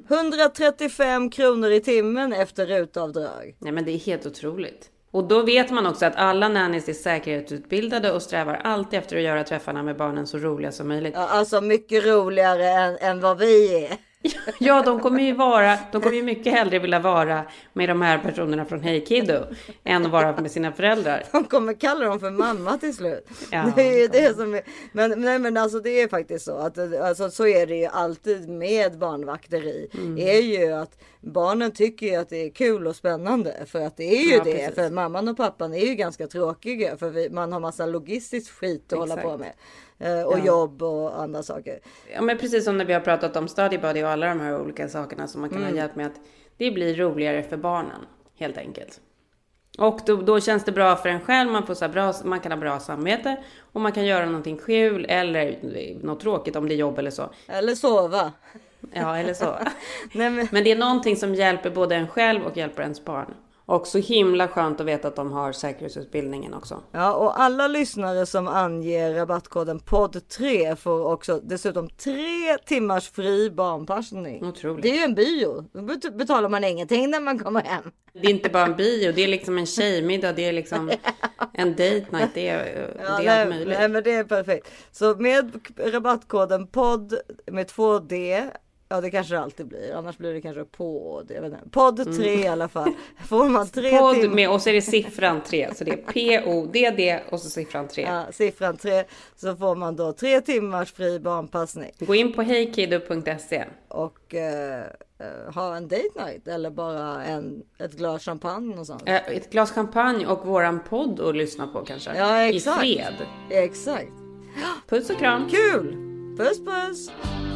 Speaker 3: 135 kronor i timmen efter rutavdrag.
Speaker 2: Nej, men det är helt otroligt. Och då vet man också att alla nannies är säkerhetsutbildade och strävar alltid efter att göra träffarna med barnen så roliga som möjligt.
Speaker 3: Ja, alltså mycket roligare än vad vi är.
Speaker 2: Ja, de kommer ju mycket hellre vilja vara med de här personerna från Hey Kiddo än att vara med sina föräldrar.
Speaker 3: De kommer kalla dem för mamma till slut.
Speaker 2: Ja,
Speaker 3: det är ju det som är, men alltså det är faktiskt så att alltså, så är det ju alltid med barnvakteri. Är ju att barnen tycker ju att det är kul och spännande, för att det är ju det. Precis. För mamman och pappan är ju ganska tråkiga, för man har massa logistiskt skit att hålla på med. Och jobb och andra saker.
Speaker 2: Ja, men precis som när vi har pratat om study buddy och alla de här olika sakerna som man kan ha hjälp med, att det blir roligare för barnen helt enkelt. Och då känns det bra för en själv, man får så här man kan ha bra samvete och man kan göra någonting kul eller något tråkigt om det är jobb eller så.
Speaker 3: Eller sova.
Speaker 2: Ja, eller så.
Speaker 3: Nej,
Speaker 2: Men det är någonting som hjälper både en själv och hjälper ens barn. Och så himla skönt att veta att de har säkerhetsutbildningen också.
Speaker 3: Ja, och alla lyssnare som anger rabattkoden podd3 får också dessutom 3 timmars fri barnpassning.
Speaker 2: Otroligt.
Speaker 3: Det är ju en bio. Då betalar man ingenting när man kommer hem.
Speaker 2: Det är inte bara en bio, det är liksom en tjejmiddag, det är liksom en date night, det är allt möjligt.
Speaker 3: Nej, men det är perfekt. Så med rabattkoden podd med 2D, ja det kanske det alltid blir, annars blir det kanske podd, jag vet inte. Podd 3 i alla fall. Får man 3
Speaker 2: Podd
Speaker 3: timmar.
Speaker 2: med, och så är det siffran 3, så det är PODD och så siffran 3.
Speaker 3: Ja, siffran 3, så får man då 3 timmars fri barnpassning.
Speaker 2: Gå in på hejkiddo.se.
Speaker 3: Och ha en date night eller bara ett glas champagne någonstans.
Speaker 2: Ett glas champagne och våran podd att lyssna på kanske.
Speaker 3: Ja, exakt.
Speaker 2: I fred.
Speaker 3: Exakt.
Speaker 2: Puss och kram.
Speaker 3: Kul! Puss puss!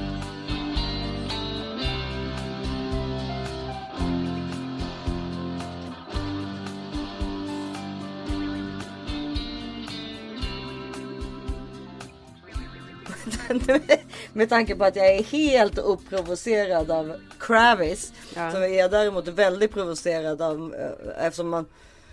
Speaker 3: Med tanke på att jag är helt oprovocerad av Kravis,
Speaker 2: Ja.
Speaker 3: så är jag däremot väldigt provocerad av, eftersom man,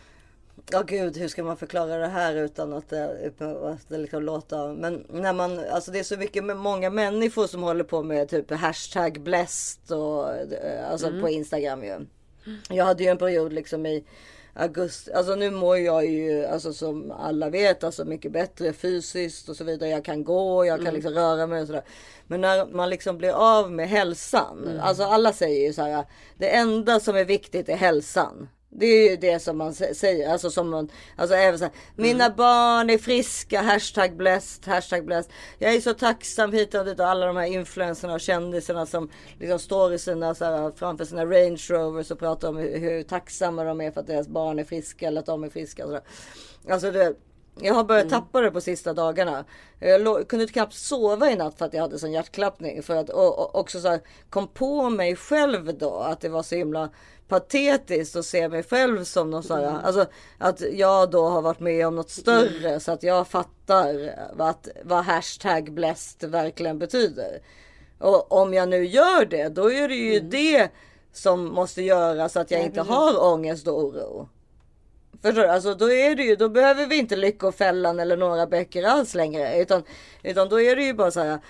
Speaker 3: ja gud, hur ska man förklara det här utan att det liksom låter, men när man, alltså det är så mycket med många människor som håller på med typ hashtag blessed och alltså på Instagram ju. Jag hade ju en period liksom i augusti, alltså nu mår jag ju, alltså som alla vet, alltså mycket bättre fysiskt och så vidare. Jag kan gå, jag kan liksom röra mig och sådär. Men när man liksom blir av med hälsan, alltså alla säger ju så här, det enda som är viktigt är hälsan. Det är ju det som man säger, alltså som man, alltså även så här, mina barn är friska, hashtag blessed. Jag är så tacksam hit och dit, och alla de här influencerna och kändisarna som liksom står i sina, så här, framför sina Range Rovers och pratar om hur tacksamma de är för att deras barn är friska eller att de är friska. Så där. Alltså det, jag har börjat tappa det på sista dagarna. Jag kunde knappt sova i natt för att jag hade sån hjärtklappning. För att, och också så här, kom på mig själv då att det var så himla patetiskt att se mig själv som någon sån här, alltså att jag då har varit med om något större, så att jag fattar vad hashtag blessed verkligen betyder. Och om jag nu gör det, då är det ju det som måste göra så att jag inte har ångest och oro. Förstår du? Alltså då är det ju, då behöver vi inte Lyckofällan eller några böcker alls längre, utan då är det ju bara så här,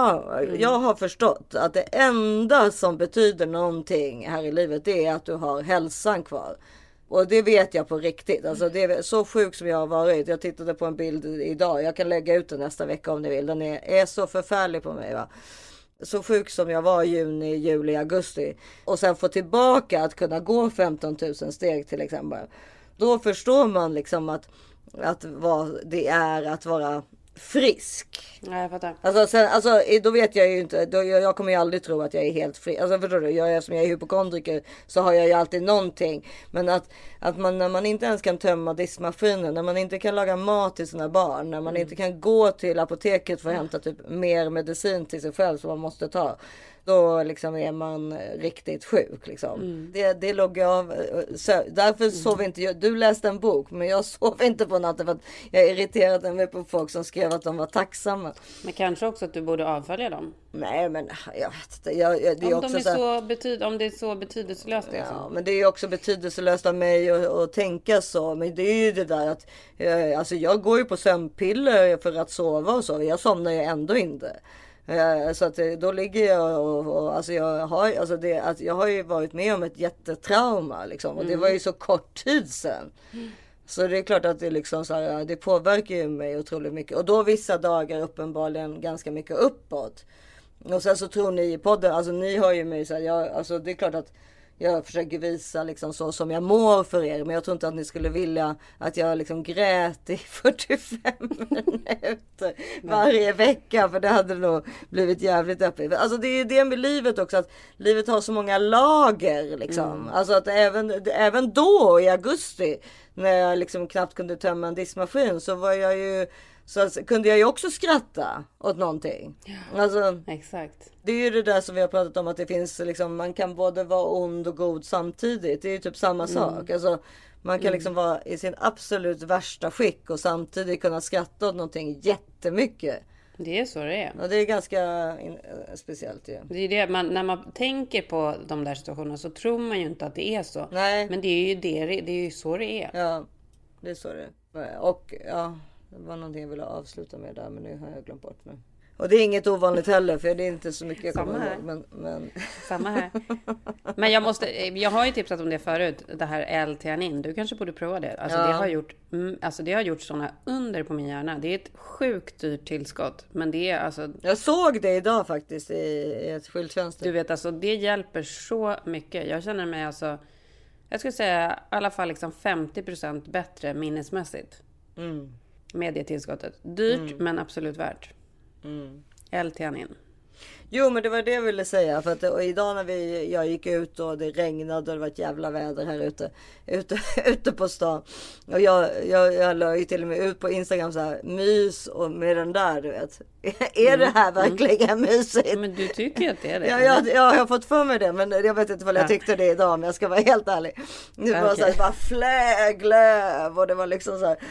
Speaker 3: jag har förstått att det enda som betyder någonting här i livet, det är att du har hälsan kvar. Och det vet jag på riktigt. Alltså det är så sjuk som jag har varit. Jag tittade på en bild idag. Jag kan lägga ut den nästa vecka om ni vill. Den är så förfärlig på mig, va. Så sjuk som jag var i juni, juli, augusti. Och sen få tillbaka att kunna gå 15 000 steg till exempel. Då förstår man liksom att vad det är att vara frisk.
Speaker 2: Ja, jag fattar.
Speaker 3: Alltså, då vet jag ju inte, jag kommer ju aldrig tro att jag är helt fri. Alltså förstår du, eftersom jag är hypokondriker så har jag ju alltid någonting. Men att man, när man inte ens kan tömma diskmaskinen, när man inte kan laga mat till sina barn, när man inte kan gå till apoteket för att hämta typ mer medicin till sig själv som man måste ta. Då liksom är man riktigt sjuk liksom. Det låg jag av. Därför sov inte jag. Du läste en bok, men jag sov inte på natten för att jag irriterade mig på folk som skrev att de var tacksamma.
Speaker 2: Men kanske också att du borde avfölja dem.
Speaker 3: Nej, men jag vet inte. Det är
Speaker 2: Om
Speaker 3: också
Speaker 2: om det är så betydelselöst. Liksom.
Speaker 3: Ja, men det är också betydelselöst av mig att tänka så. Men det är ju det där att alltså jag går ju på sömnpiller för att sova och så. Jag somnar ju ändå inte. Så att då ligger jag och alltså jag har ju varit med om ett jättetrauma liksom, och det var ju så kort tid sedan. Så det är klart att det liksom så här, det påverkar ju mig otroligt mycket, och då vissa dagar uppenbarligen ganska mycket uppåt. Och sen så tror ni i podden, alltså ni har ju mig så här, alltså det är klart att jag försöker visa liksom så som jag mår för er. Men jag tror inte att ni skulle vilja att jag liksom grät i 45 minuter varje vecka. För det hade nog blivit jävligt öppet. Alltså det är det med livet också. Att livet har så många lager liksom. Alltså att även då i augusti, när jag liksom knappt kunde tömma en diskmaskin, så var jag ju... Så kunde jag ju också skratta åt någonting. Alltså,
Speaker 2: exakt.
Speaker 3: Det är ju det där som vi har pratat om, att det finns liksom, man kan både vara ond och god samtidigt. Det är ju typ samma sak. Alltså, man kan liksom vara i sin absolut värsta skick och samtidigt kunna skratta åt någonting jättemycket.
Speaker 2: Det är så det är.
Speaker 3: Och det är ganska speciellt ju.
Speaker 2: Det är det, när man tänker på de där situationerna så tror man ju inte att det är så.
Speaker 3: Nej.
Speaker 2: Men det är ju det är ju så det är.
Speaker 3: Ja, det är så det är. Och ja, det var någonting jag ville avsluta med där, men nu har jag glömt bort. Och det är inget ovanligt heller, för det är inte så mycket jag kommer ihåg. Men...
Speaker 2: Samma här. Men jag har ju tipsat om det förut, det här L-theanin. Du kanske borde prova det. Alltså, det har gjort sådana under på min hjärna. Det är ett sjukt dyrt tillskott. Men det är alltså...
Speaker 3: Jag såg det idag faktiskt i ett skyltfönster.
Speaker 2: Du vet, alltså det hjälper så mycket. Jag känner mig alltså... Jag skulle säga i alla fall liksom 50% bättre minnesmässigt. Med det tillskottet. Dyrt, men absolut värt. L-theanin.
Speaker 3: Jo, men det var det jag ville säga. För att idag när jag gick ut och det regnade och det var ett jävla väder här ute på stan. Och jag la ju till och med ut på Instagram så här, mys och med den där, du vet. Är det här verkligen mysigt?
Speaker 2: Men du tycker ju att det är det.
Speaker 3: Ja, jag har fått för mig det, men jag vet inte vad jag tyckte det idag, men jag ska vara helt ärlig. Det var så här, bara fläglöv och det var liksom så här,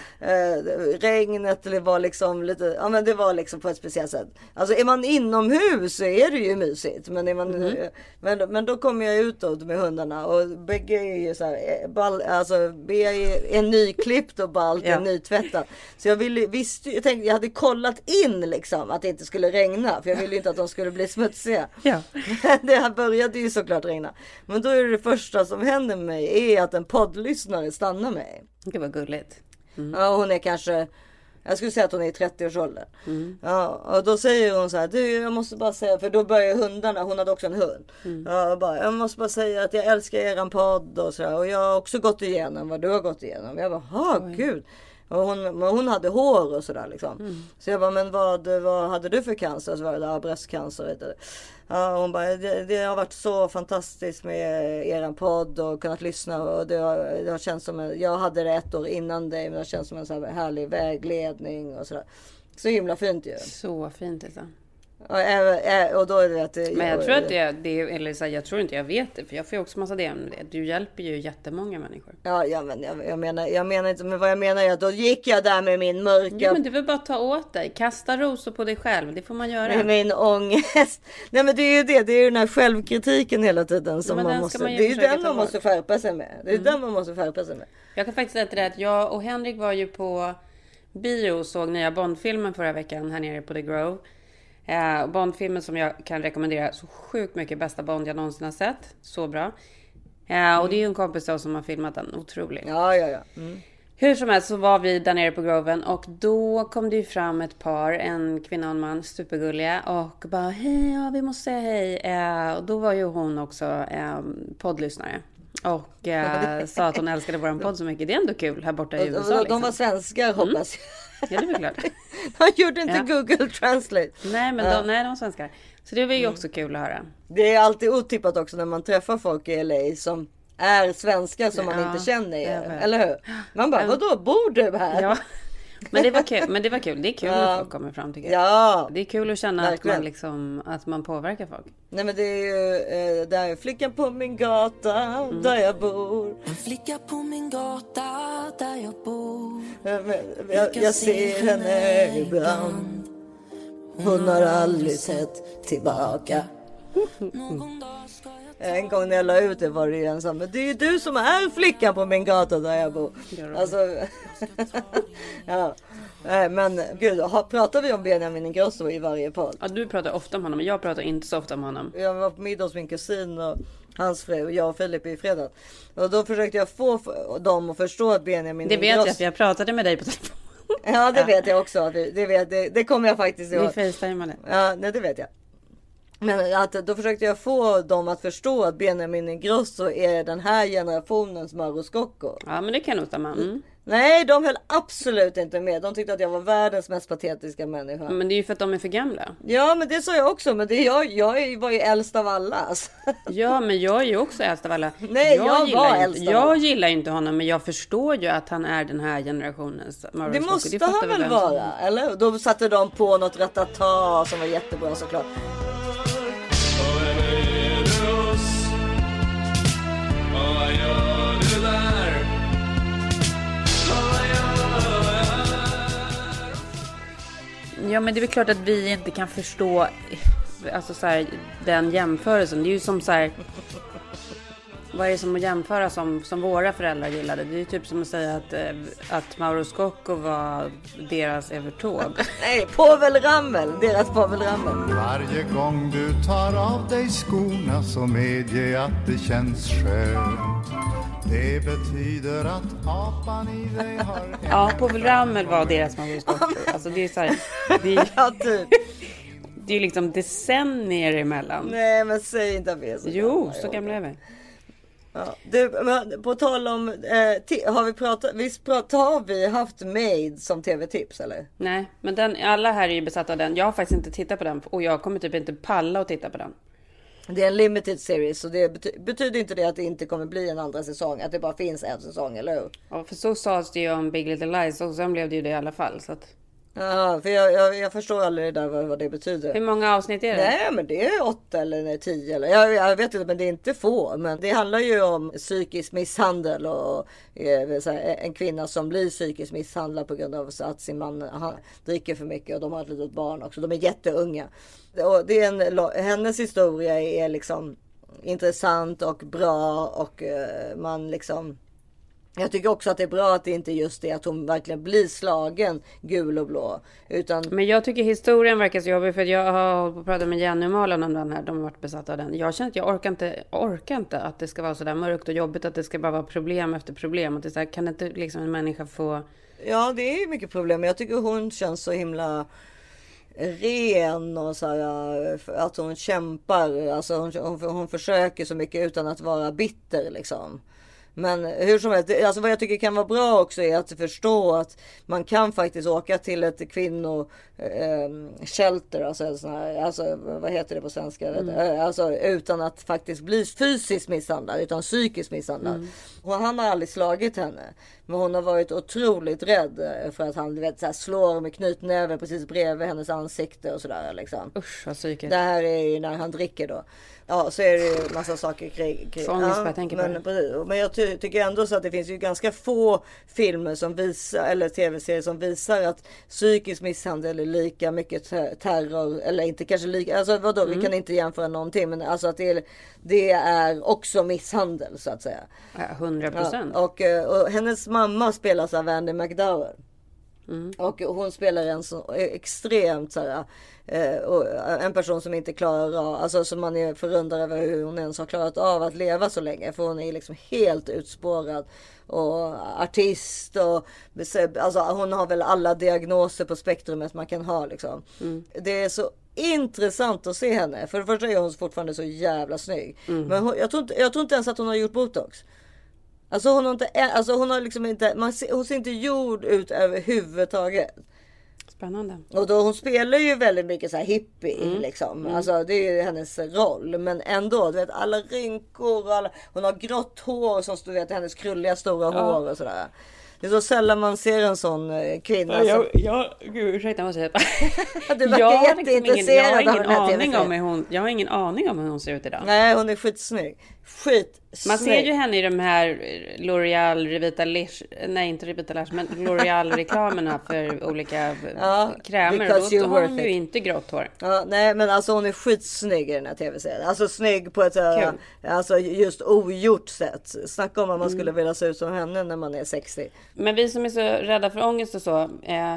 Speaker 3: regnet, det var liksom lite, ja men det var liksom på ett speciellt sätt. Alltså är man inomhus så är det ju mysigt, men är man, men då kommer jag utåt med hundarna och bägge är ju så här, alltså Bea är nyklippt och Balt är nytvättad. Så jag tänkte, jag hade kollat in liksom att det inte skulle regna, för jag ville inte att de skulle bli smutsiga.
Speaker 2: Ja.
Speaker 3: Det här började ju såklart regna. Men då är det första som händer med mig är att en poddlyssnare stannar mig.
Speaker 2: Det var gulligt.
Speaker 3: Ja, hon är kanske, jag skulle säga att hon är i 30-årsåldern. Ja, och då säger hon så här, du, jag måste bara säga, för då börjar hundarna, hon hade också en hund. Ja, jag måste bara säga att jag älskar eran podd och så här, och jag har också gått igenom vad du har gått igenom. Jag bara, gud. Och hon hade hår och sådär liksom. Så jag bara, men vad hade du för cancer? Så var det bröstcancer, vet du. Ja, hon bara, det har varit så fantastiskt med eran podd och kunnat lyssna. Och det har känts som jag hade det 1 år innan dig, men det har känts som en så här härlig vägledning och sådär. Så himla fint ju.
Speaker 2: Så fint alltså.
Speaker 3: Och då är det att
Speaker 2: men jag tror att det eller så här, jag tror inte jag vet det, för jag får ju också massa det om det. Du hjälper ju jättemånga människor.
Speaker 3: Ja, men jag menar inte, men vad jag menar är att då gick jag där med min mörka...
Speaker 2: Ja, men du vill bara ta åt dig. Kasta rosor på dig själv, det får man göra.
Speaker 3: Med min ångest. Nej, men det är ju det är ju den här självkritiken hela tiden som man måste... Det är ju den man måste skärpa sig med. Det är den man måste skärpa sig med.
Speaker 2: Jag kan faktiskt säga till dig att jag och Henrik var ju på bio och såg nya Bond-filmen förra veckan här nere på The Grove. Bond-filmen som jag kan rekommendera så sjukt mycket, bästa Bond jag någonsin har sett. Så bra. Och det är ju en kompis då som har filmat den, otroligt.
Speaker 3: Ja.
Speaker 2: Hur som helst så var vi där nere på Groven och då kom det ju fram ett par, en kvinna och en man, supergulliga, och bara hej, ja, vi måste säga hej. Och då var ju hon också poddlyssnare. Och sa att hon älskade våran podd så mycket. Det är ändå kul här borta i USA.
Speaker 3: De
Speaker 2: liksom.
Speaker 3: var svenskar, hoppas jag.
Speaker 2: Ja, det är väl klart.
Speaker 3: De gjorde inte Google Translate.
Speaker 2: Nej, men de var svenskar. Så det var ju också kul att höra.
Speaker 3: Det är alltid otippat också när man träffar folk i LA som är svenskar som man inte känner. Eller hur? Man bara, vadå, bor du här?
Speaker 2: Ja. Men det var kul. Det är kul när folk kommer fram, tycker jag.
Speaker 3: Ja.
Speaker 2: Det är kul att känna att man påverkar folk.
Speaker 3: Nej, men det är ju där flickan på min gata där jag bor.
Speaker 7: En flicka på min gata där jag bor.
Speaker 3: Jag ser henne ibland. Hon har aldrig sett tillbaka. En gång när jag la ut det var det ju ensam. Men det är ju du som är flickan på min gata där jag bor. Alltså, ja. Nej, men gud, pratar vi om Benjamin Ingrosso i varje podd?
Speaker 2: Ja, du pratar ofta om honom, men jag pratar inte så ofta om honom.
Speaker 3: Jag var på middag hos min kusin och hans fru och jag och Filip i fredag. Och då försökte jag få dem att förstå att Benjamin Ingrosso...
Speaker 2: Det vet jag, för jag pratade med dig på telefon.
Speaker 3: Ja, det vet jag också. Det kommer jag faktiskt ihåg.
Speaker 2: Vi facetimade.
Speaker 3: Ja, nej, det vet jag. Men att då försökte jag få dem att förstå att Benjamin Ingrosso är den här generationens Mauro Scocco.
Speaker 2: Ja, men det kan nog stämma.
Speaker 3: Nej, de höll absolut inte med. De tyckte att jag var världens mest patetiska människa.
Speaker 2: Men det är ju för att de är för gamla.
Speaker 3: Ja, men det sa jag också. Men jag var ju äldst av alla. Alltså.
Speaker 2: Ja, men jag är ju också äldst av alla.
Speaker 3: Nej, jag var äldst av alla.
Speaker 2: Jag gillar inte honom, men jag förstår ju att han är den här generationens Mauro
Speaker 3: Det
Speaker 2: Scocco.
Speaker 3: måste han väl vara, eller? Då satte de på något ratata som var jättebra såklart.
Speaker 2: Ja, men det är väl klart att vi inte kan förstå alltså så här, den jämförelsen. Det är ju som så här, vad är det som att jämföra som våra föräldrar gillade? Det är ju typ som att säga att Mauro Scocco var deras Evert Taube.
Speaker 3: Nej, Povel Ramel, deras Povel Ramel.
Speaker 1: Varje gång du tar av dig skorna så medger att det känns skönt. Det betyder att apan i dig har...
Speaker 2: Ja, Povel Ramel var deras Mauro Scocco. Alltså det är så här,
Speaker 3: Ja, typ.
Speaker 2: det är ju liksom decennier emellan.
Speaker 3: Nej, men säg inte att vi är så
Speaker 2: Jo,
Speaker 3: gamla,
Speaker 2: så gamla är vi.
Speaker 3: Ja, du, men på tal om, har vi pratat, har vi haft Maid som tv-tips eller?
Speaker 2: Nej, men alla här är ju besatta av den. Jag har faktiskt inte tittat på den och jag kommer typ inte palla att titta på den.
Speaker 3: Det är en limited series och det betyder inte det att det inte kommer bli en andra säsong, att det bara finns en säsong, eller hur?
Speaker 2: Ja, för så sades det ju om Big Little Lies och sen blev det ju det i alla fall. Så att...
Speaker 3: Ja, för jag förstår aldrig det där vad det betyder.
Speaker 2: Hur många avsnitt är det?
Speaker 3: Nej, men det är 8 eller 10 eller jag vet inte, men det är inte få. Men det handlar ju om psykisk misshandel och en kvinna som blir psykiskt misshandlad på grund av att sin man dricker för mycket och de har ett litet barn också. De är jätteunga. Och det är hennes historia är liksom intressant och bra och man liksom... Jag tycker också att det är bra att det inte just är att hon verkligen blir slagen gul och blå. Utan... Men
Speaker 2: jag tycker historien verkar så jobbig för att jag har hållit på att prata med Jenny och Malin om den här. De har varit besatta av den. Jag känner att jag orkar inte att det ska vara så där mörkt och jobbigt. Att det ska bara vara problem efter problem. Att det så här, kan inte liksom en människa få...
Speaker 3: Ja, det är mycket problem. Jag tycker hon känns så himla... ren och så här, att hon kämpar. Alltså hon försöker så mycket utan att vara bitter liksom. Men hur som helst, alltså vad jag tycker kan vara bra också är att förstå att man kan faktiskt åka till ett shelter, alltså vad heter det på svenska? Alltså utan att faktiskt bli fysiskt misshandlad, utan psykiskt misshandlad. Och han har aldrig slagit henne, men hon har varit otroligt rädd för att han slår med knytnäven precis bredvid hennes ansikte och sådär liksom.
Speaker 2: Usch, vad psykiskt.
Speaker 3: Det här är ju när han dricker då. Ja, så är det ju massa saker kring. Men jag tycker ändå så att det finns ju ganska få filmer som visar, eller tv-serier som visar att psykisk misshandel är lika mycket terror, eller inte kanske lika, alltså vadå, vi kan inte jämföra någonting, men alltså att det är också misshandel så att säga.
Speaker 2: Ja, 100%.
Speaker 3: Ja, och hennes mamma spelas av Andy McDowell. Och hon spelar en så extremt så här, en person som inte klarar av, alltså som man är förundrad över hur hon ens har klarat av att leva så länge, för hon är liksom helt utspårad och artist och alltså hon har väl alla diagnoser på spektrumet man kan ha liksom. Det är så intressant att se henne. För det första är hon fortfarande så jävla snygg. Men jag tror inte ens att hon har gjort botox. Alltså hon har liksom inte, hon ser inte gjord ut överhuvudtaget.
Speaker 2: Spännande.
Speaker 3: Och då hon spelar ju väldigt mycket så här hippie liksom. Alltså det är ju hennes roll, men ändå du vet alla rynkor och hon har grått hår som du vet hennes krulliga stora hår och sådär. Det är så sällan man ser en sån kvinna.
Speaker 2: Gud, ursäkta mig att säga.
Speaker 3: Du verkar jätteintresserad av den här
Speaker 2: TV-serien. Jag har ingen aning om hur hon ser ut idag.
Speaker 3: Nej, hon är skitsnygg.
Speaker 2: Man ser ju henne i de här L'Oreal Revita Lash, nej inte Revita Lash, men L'Oreal reklamerna för olika krämer. Då har hon ju inte grått hår.
Speaker 3: Ja, nej, men alltså hon är skitsnygg i den här tv-serien. Alltså snygg på ett alltså just ogjort sätt. Snacka om att man skulle vilja se ut som henne när man är 60.
Speaker 2: Men vi som är så rädda för ångest och så,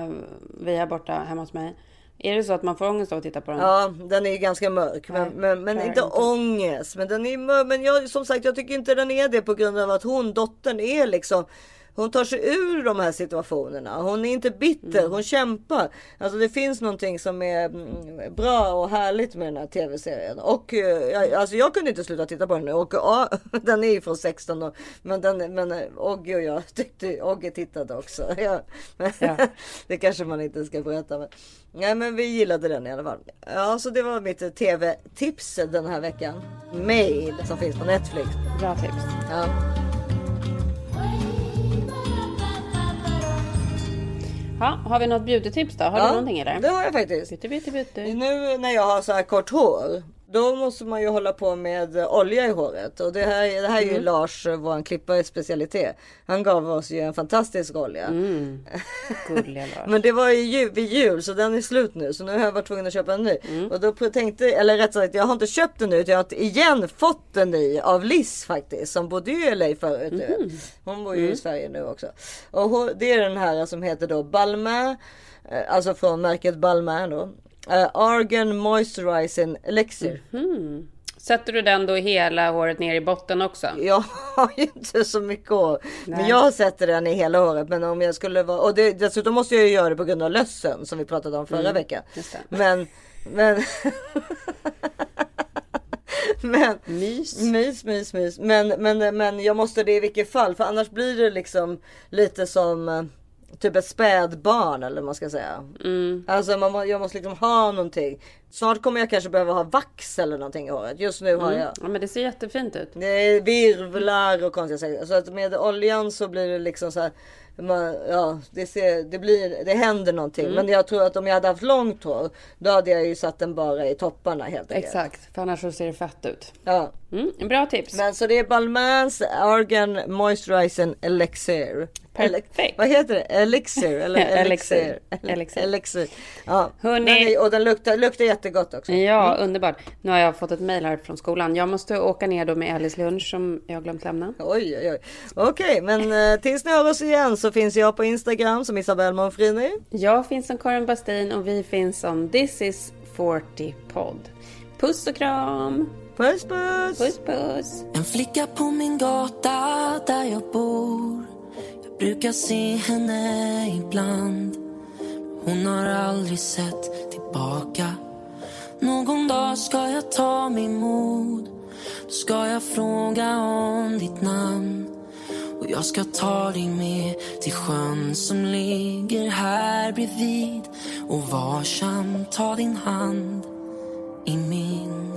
Speaker 2: vi är borta hemma hos mig. Är det så att man får ångest av att titta på den?
Speaker 3: Ja, den är ju ganska mörk. Men inte ångest. Men den är mörk. Men jag, som sagt, jag tycker inte den är det på grund av att dottern är liksom... Hon tar sig ur de här situationerna. Hon är inte bitter, hon kämpar. Alltså det finns någonting som är bra och härligt med den här tv-serien. Och alltså jag kunde inte sluta titta på den nu. Och den är ju från 16 år. Men Ogge och jag tyckte Ogge tittade också. Det kanske man inte ska berätta. Men vi gillade den i alla fall. Ja, så det var mitt tv-tips den här veckan. Maid som finns på Netflix.
Speaker 2: Bra tips.
Speaker 3: Ja.
Speaker 2: Ja, har vi något beauty-tips då? Har du någonting i det?
Speaker 3: Det har jag faktiskt.
Speaker 2: Beauty.
Speaker 3: Nu när jag har så här kort hår, Då måste man ju hålla på med olja i håret. Och det här är ju Lars, vår klippares specialitet. Han gav oss ju en fantastisk olja.
Speaker 2: Gulliga Lars.
Speaker 3: Men det var ju vid jul, så den är slut nu. Så nu har jag varit tvungen att köpa en ny. Och då tänkte, eller rätt sagt, jag har inte köpt en ny. Jag har igen fått en ny av Liz faktiskt. Som bodde ju i LA förut. Hon bor ju i Sverige nu också. Och det är den här som heter då Balmain. Alltså från märket Balmain då. Argan Moisturizing Elixir.
Speaker 2: Sätter du den då hela håret ner i botten också?
Speaker 3: Jag har ju inte så mycket hår. Men jag sätter den i hela håret. Men om jag skulle vara... Och dessutom måste jag ju göra det på grund av lössen. Som vi pratade om förra veckan.
Speaker 2: Just det.
Speaker 3: Men mys. Men jag måste det i vilket fall. För annars blir det liksom lite som... typ ett spädbarn eller vad man ska säga. Alltså jag måste liksom ha någonting. Snart kommer jag kanske behöva ha vax eller någonting i håret. Just nu har jag.
Speaker 2: Ja, men det ser jättefint ut.
Speaker 3: Det är virvlar och konstiga saker. Så att med oljan så blir det liksom så här. Det händer någonting. Men jag tror att om jag hade haft långt hår, då hade jag ju satt den bara i topparna helt enkelt.
Speaker 2: Exakt, för annars så ser det fett ut.
Speaker 3: Ja.
Speaker 2: En bra tips.
Speaker 3: Men så det är Balmains Argan Moisturizing Elixir.
Speaker 2: Perfekt.
Speaker 3: Vad heter det? Elixir eller Elixir. Ja.
Speaker 2: Hörrni.
Speaker 3: Och den luktar jättegott också.
Speaker 2: Ja, underbart. Nu har jag fått ett mejl här från skolan. Jag måste åka ner då med Alice lunch som jag har glömt lämna.
Speaker 3: Oj. Okej, men tills ni hör oss igen så finns jag på Instagram som Isabelle Monfrini.
Speaker 2: Jag finns som Karin Bastin och vi finns som This is 40 podd. Puss och kram.
Speaker 3: Puss.
Speaker 2: Puss.
Speaker 7: En flicka på min gata där jag bor. Jag brukar se henne ibland. Hon har aldrig sett tillbaka. Någon dag ska jag ta min mod. Då ska jag fråga om ditt namn. Och jag ska ta dig med till sjön som ligger här bredvid. Och varsamt ta din hand i min.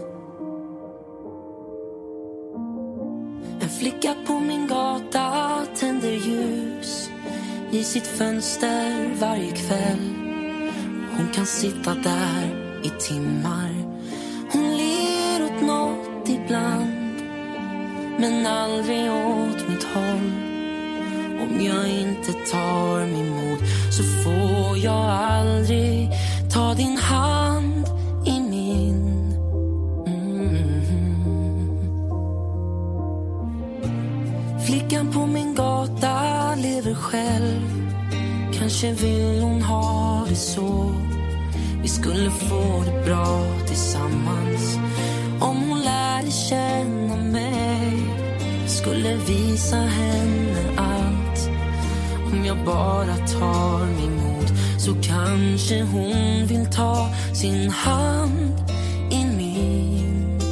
Speaker 7: En flicka på min gata tänder ljus i sitt fönster varje kväll. Hon kan sitta där i timmar. Hon ler åt något ibland, men aldrig åt mitt håll. Om jag inte tar min mod så får jag aldrig ta din hand i min. Flickan på min gata lever själv. Kanske vill hon ha det så. Vi skulle få det bra tillsammans. Om hon lärde känna mig, skulle visa henne allt. Om jag bara tar min mod så kanske hon vill ta sin hand i min.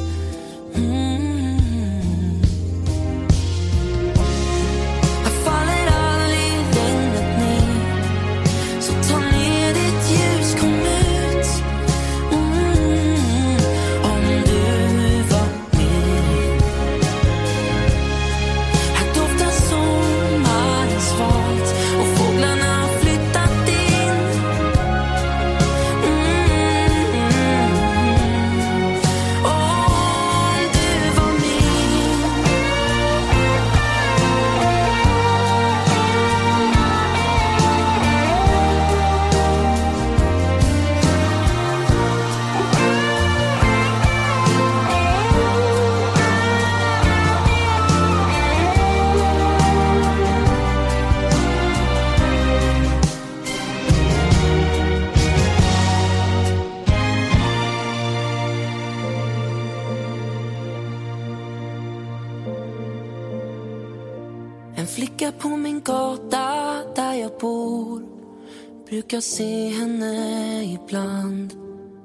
Speaker 7: En flicka på min gata där jag bor. Brukar se henne ibland.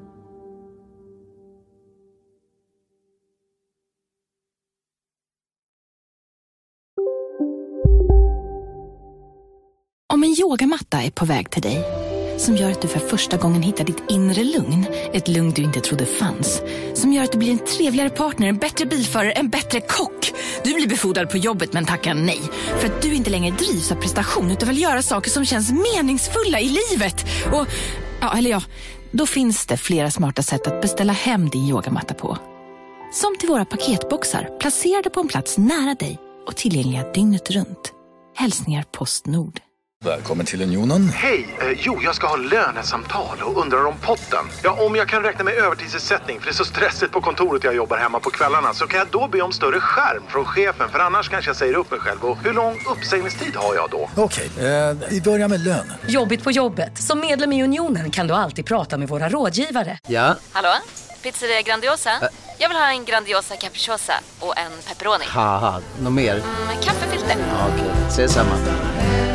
Speaker 8: Om en yogamatta är på väg till dig, som gör att du för första gången hittar ditt inre lugn, ett lugn du inte trodde fanns, som gör att du blir en trevligare partner, en bättre bilförare, en bättre kock. Du blir befordrad på jobbet men tackar nej, för att du inte längre drivs av prestation utan vill göra saker som känns meningsfulla i livet. Och Då finns det flera smarta sätt att beställa hem din yogamatta på. Som till våra paketboxar placerade på en plats nära dig och tillgängliga dygnet runt. Hälsningar Postnord.
Speaker 9: Välkommen till Unionen.
Speaker 10: Hej, jag ska ha lönesamtal och undrar om potten. Ja, om jag kan räkna med övertidsersättning för det är så stressigt på kontoret jag jobbar hemma på kvällarna, så kan jag då be om större skärm från chefen, för annars kanske jag säger upp mig själv. Och hur lång uppsägningstid har jag då?
Speaker 9: Okej, vi börjar med lön.
Speaker 11: Jobbigt på jobbet. Som medlem i Unionen kan du alltid prata med våra rådgivare.
Speaker 12: Ja?
Speaker 13: Hallå? Pizzeria Grandiosa? Jag vill ha en Grandiosa capriciosa och en pepperoni.
Speaker 12: Haha, något mer?
Speaker 13: Kaffefilter.
Speaker 12: Ja, okej, ses samma.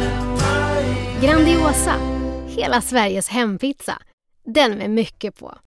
Speaker 14: Grandiosa, hela Sveriges hempizza. Den med mycket på.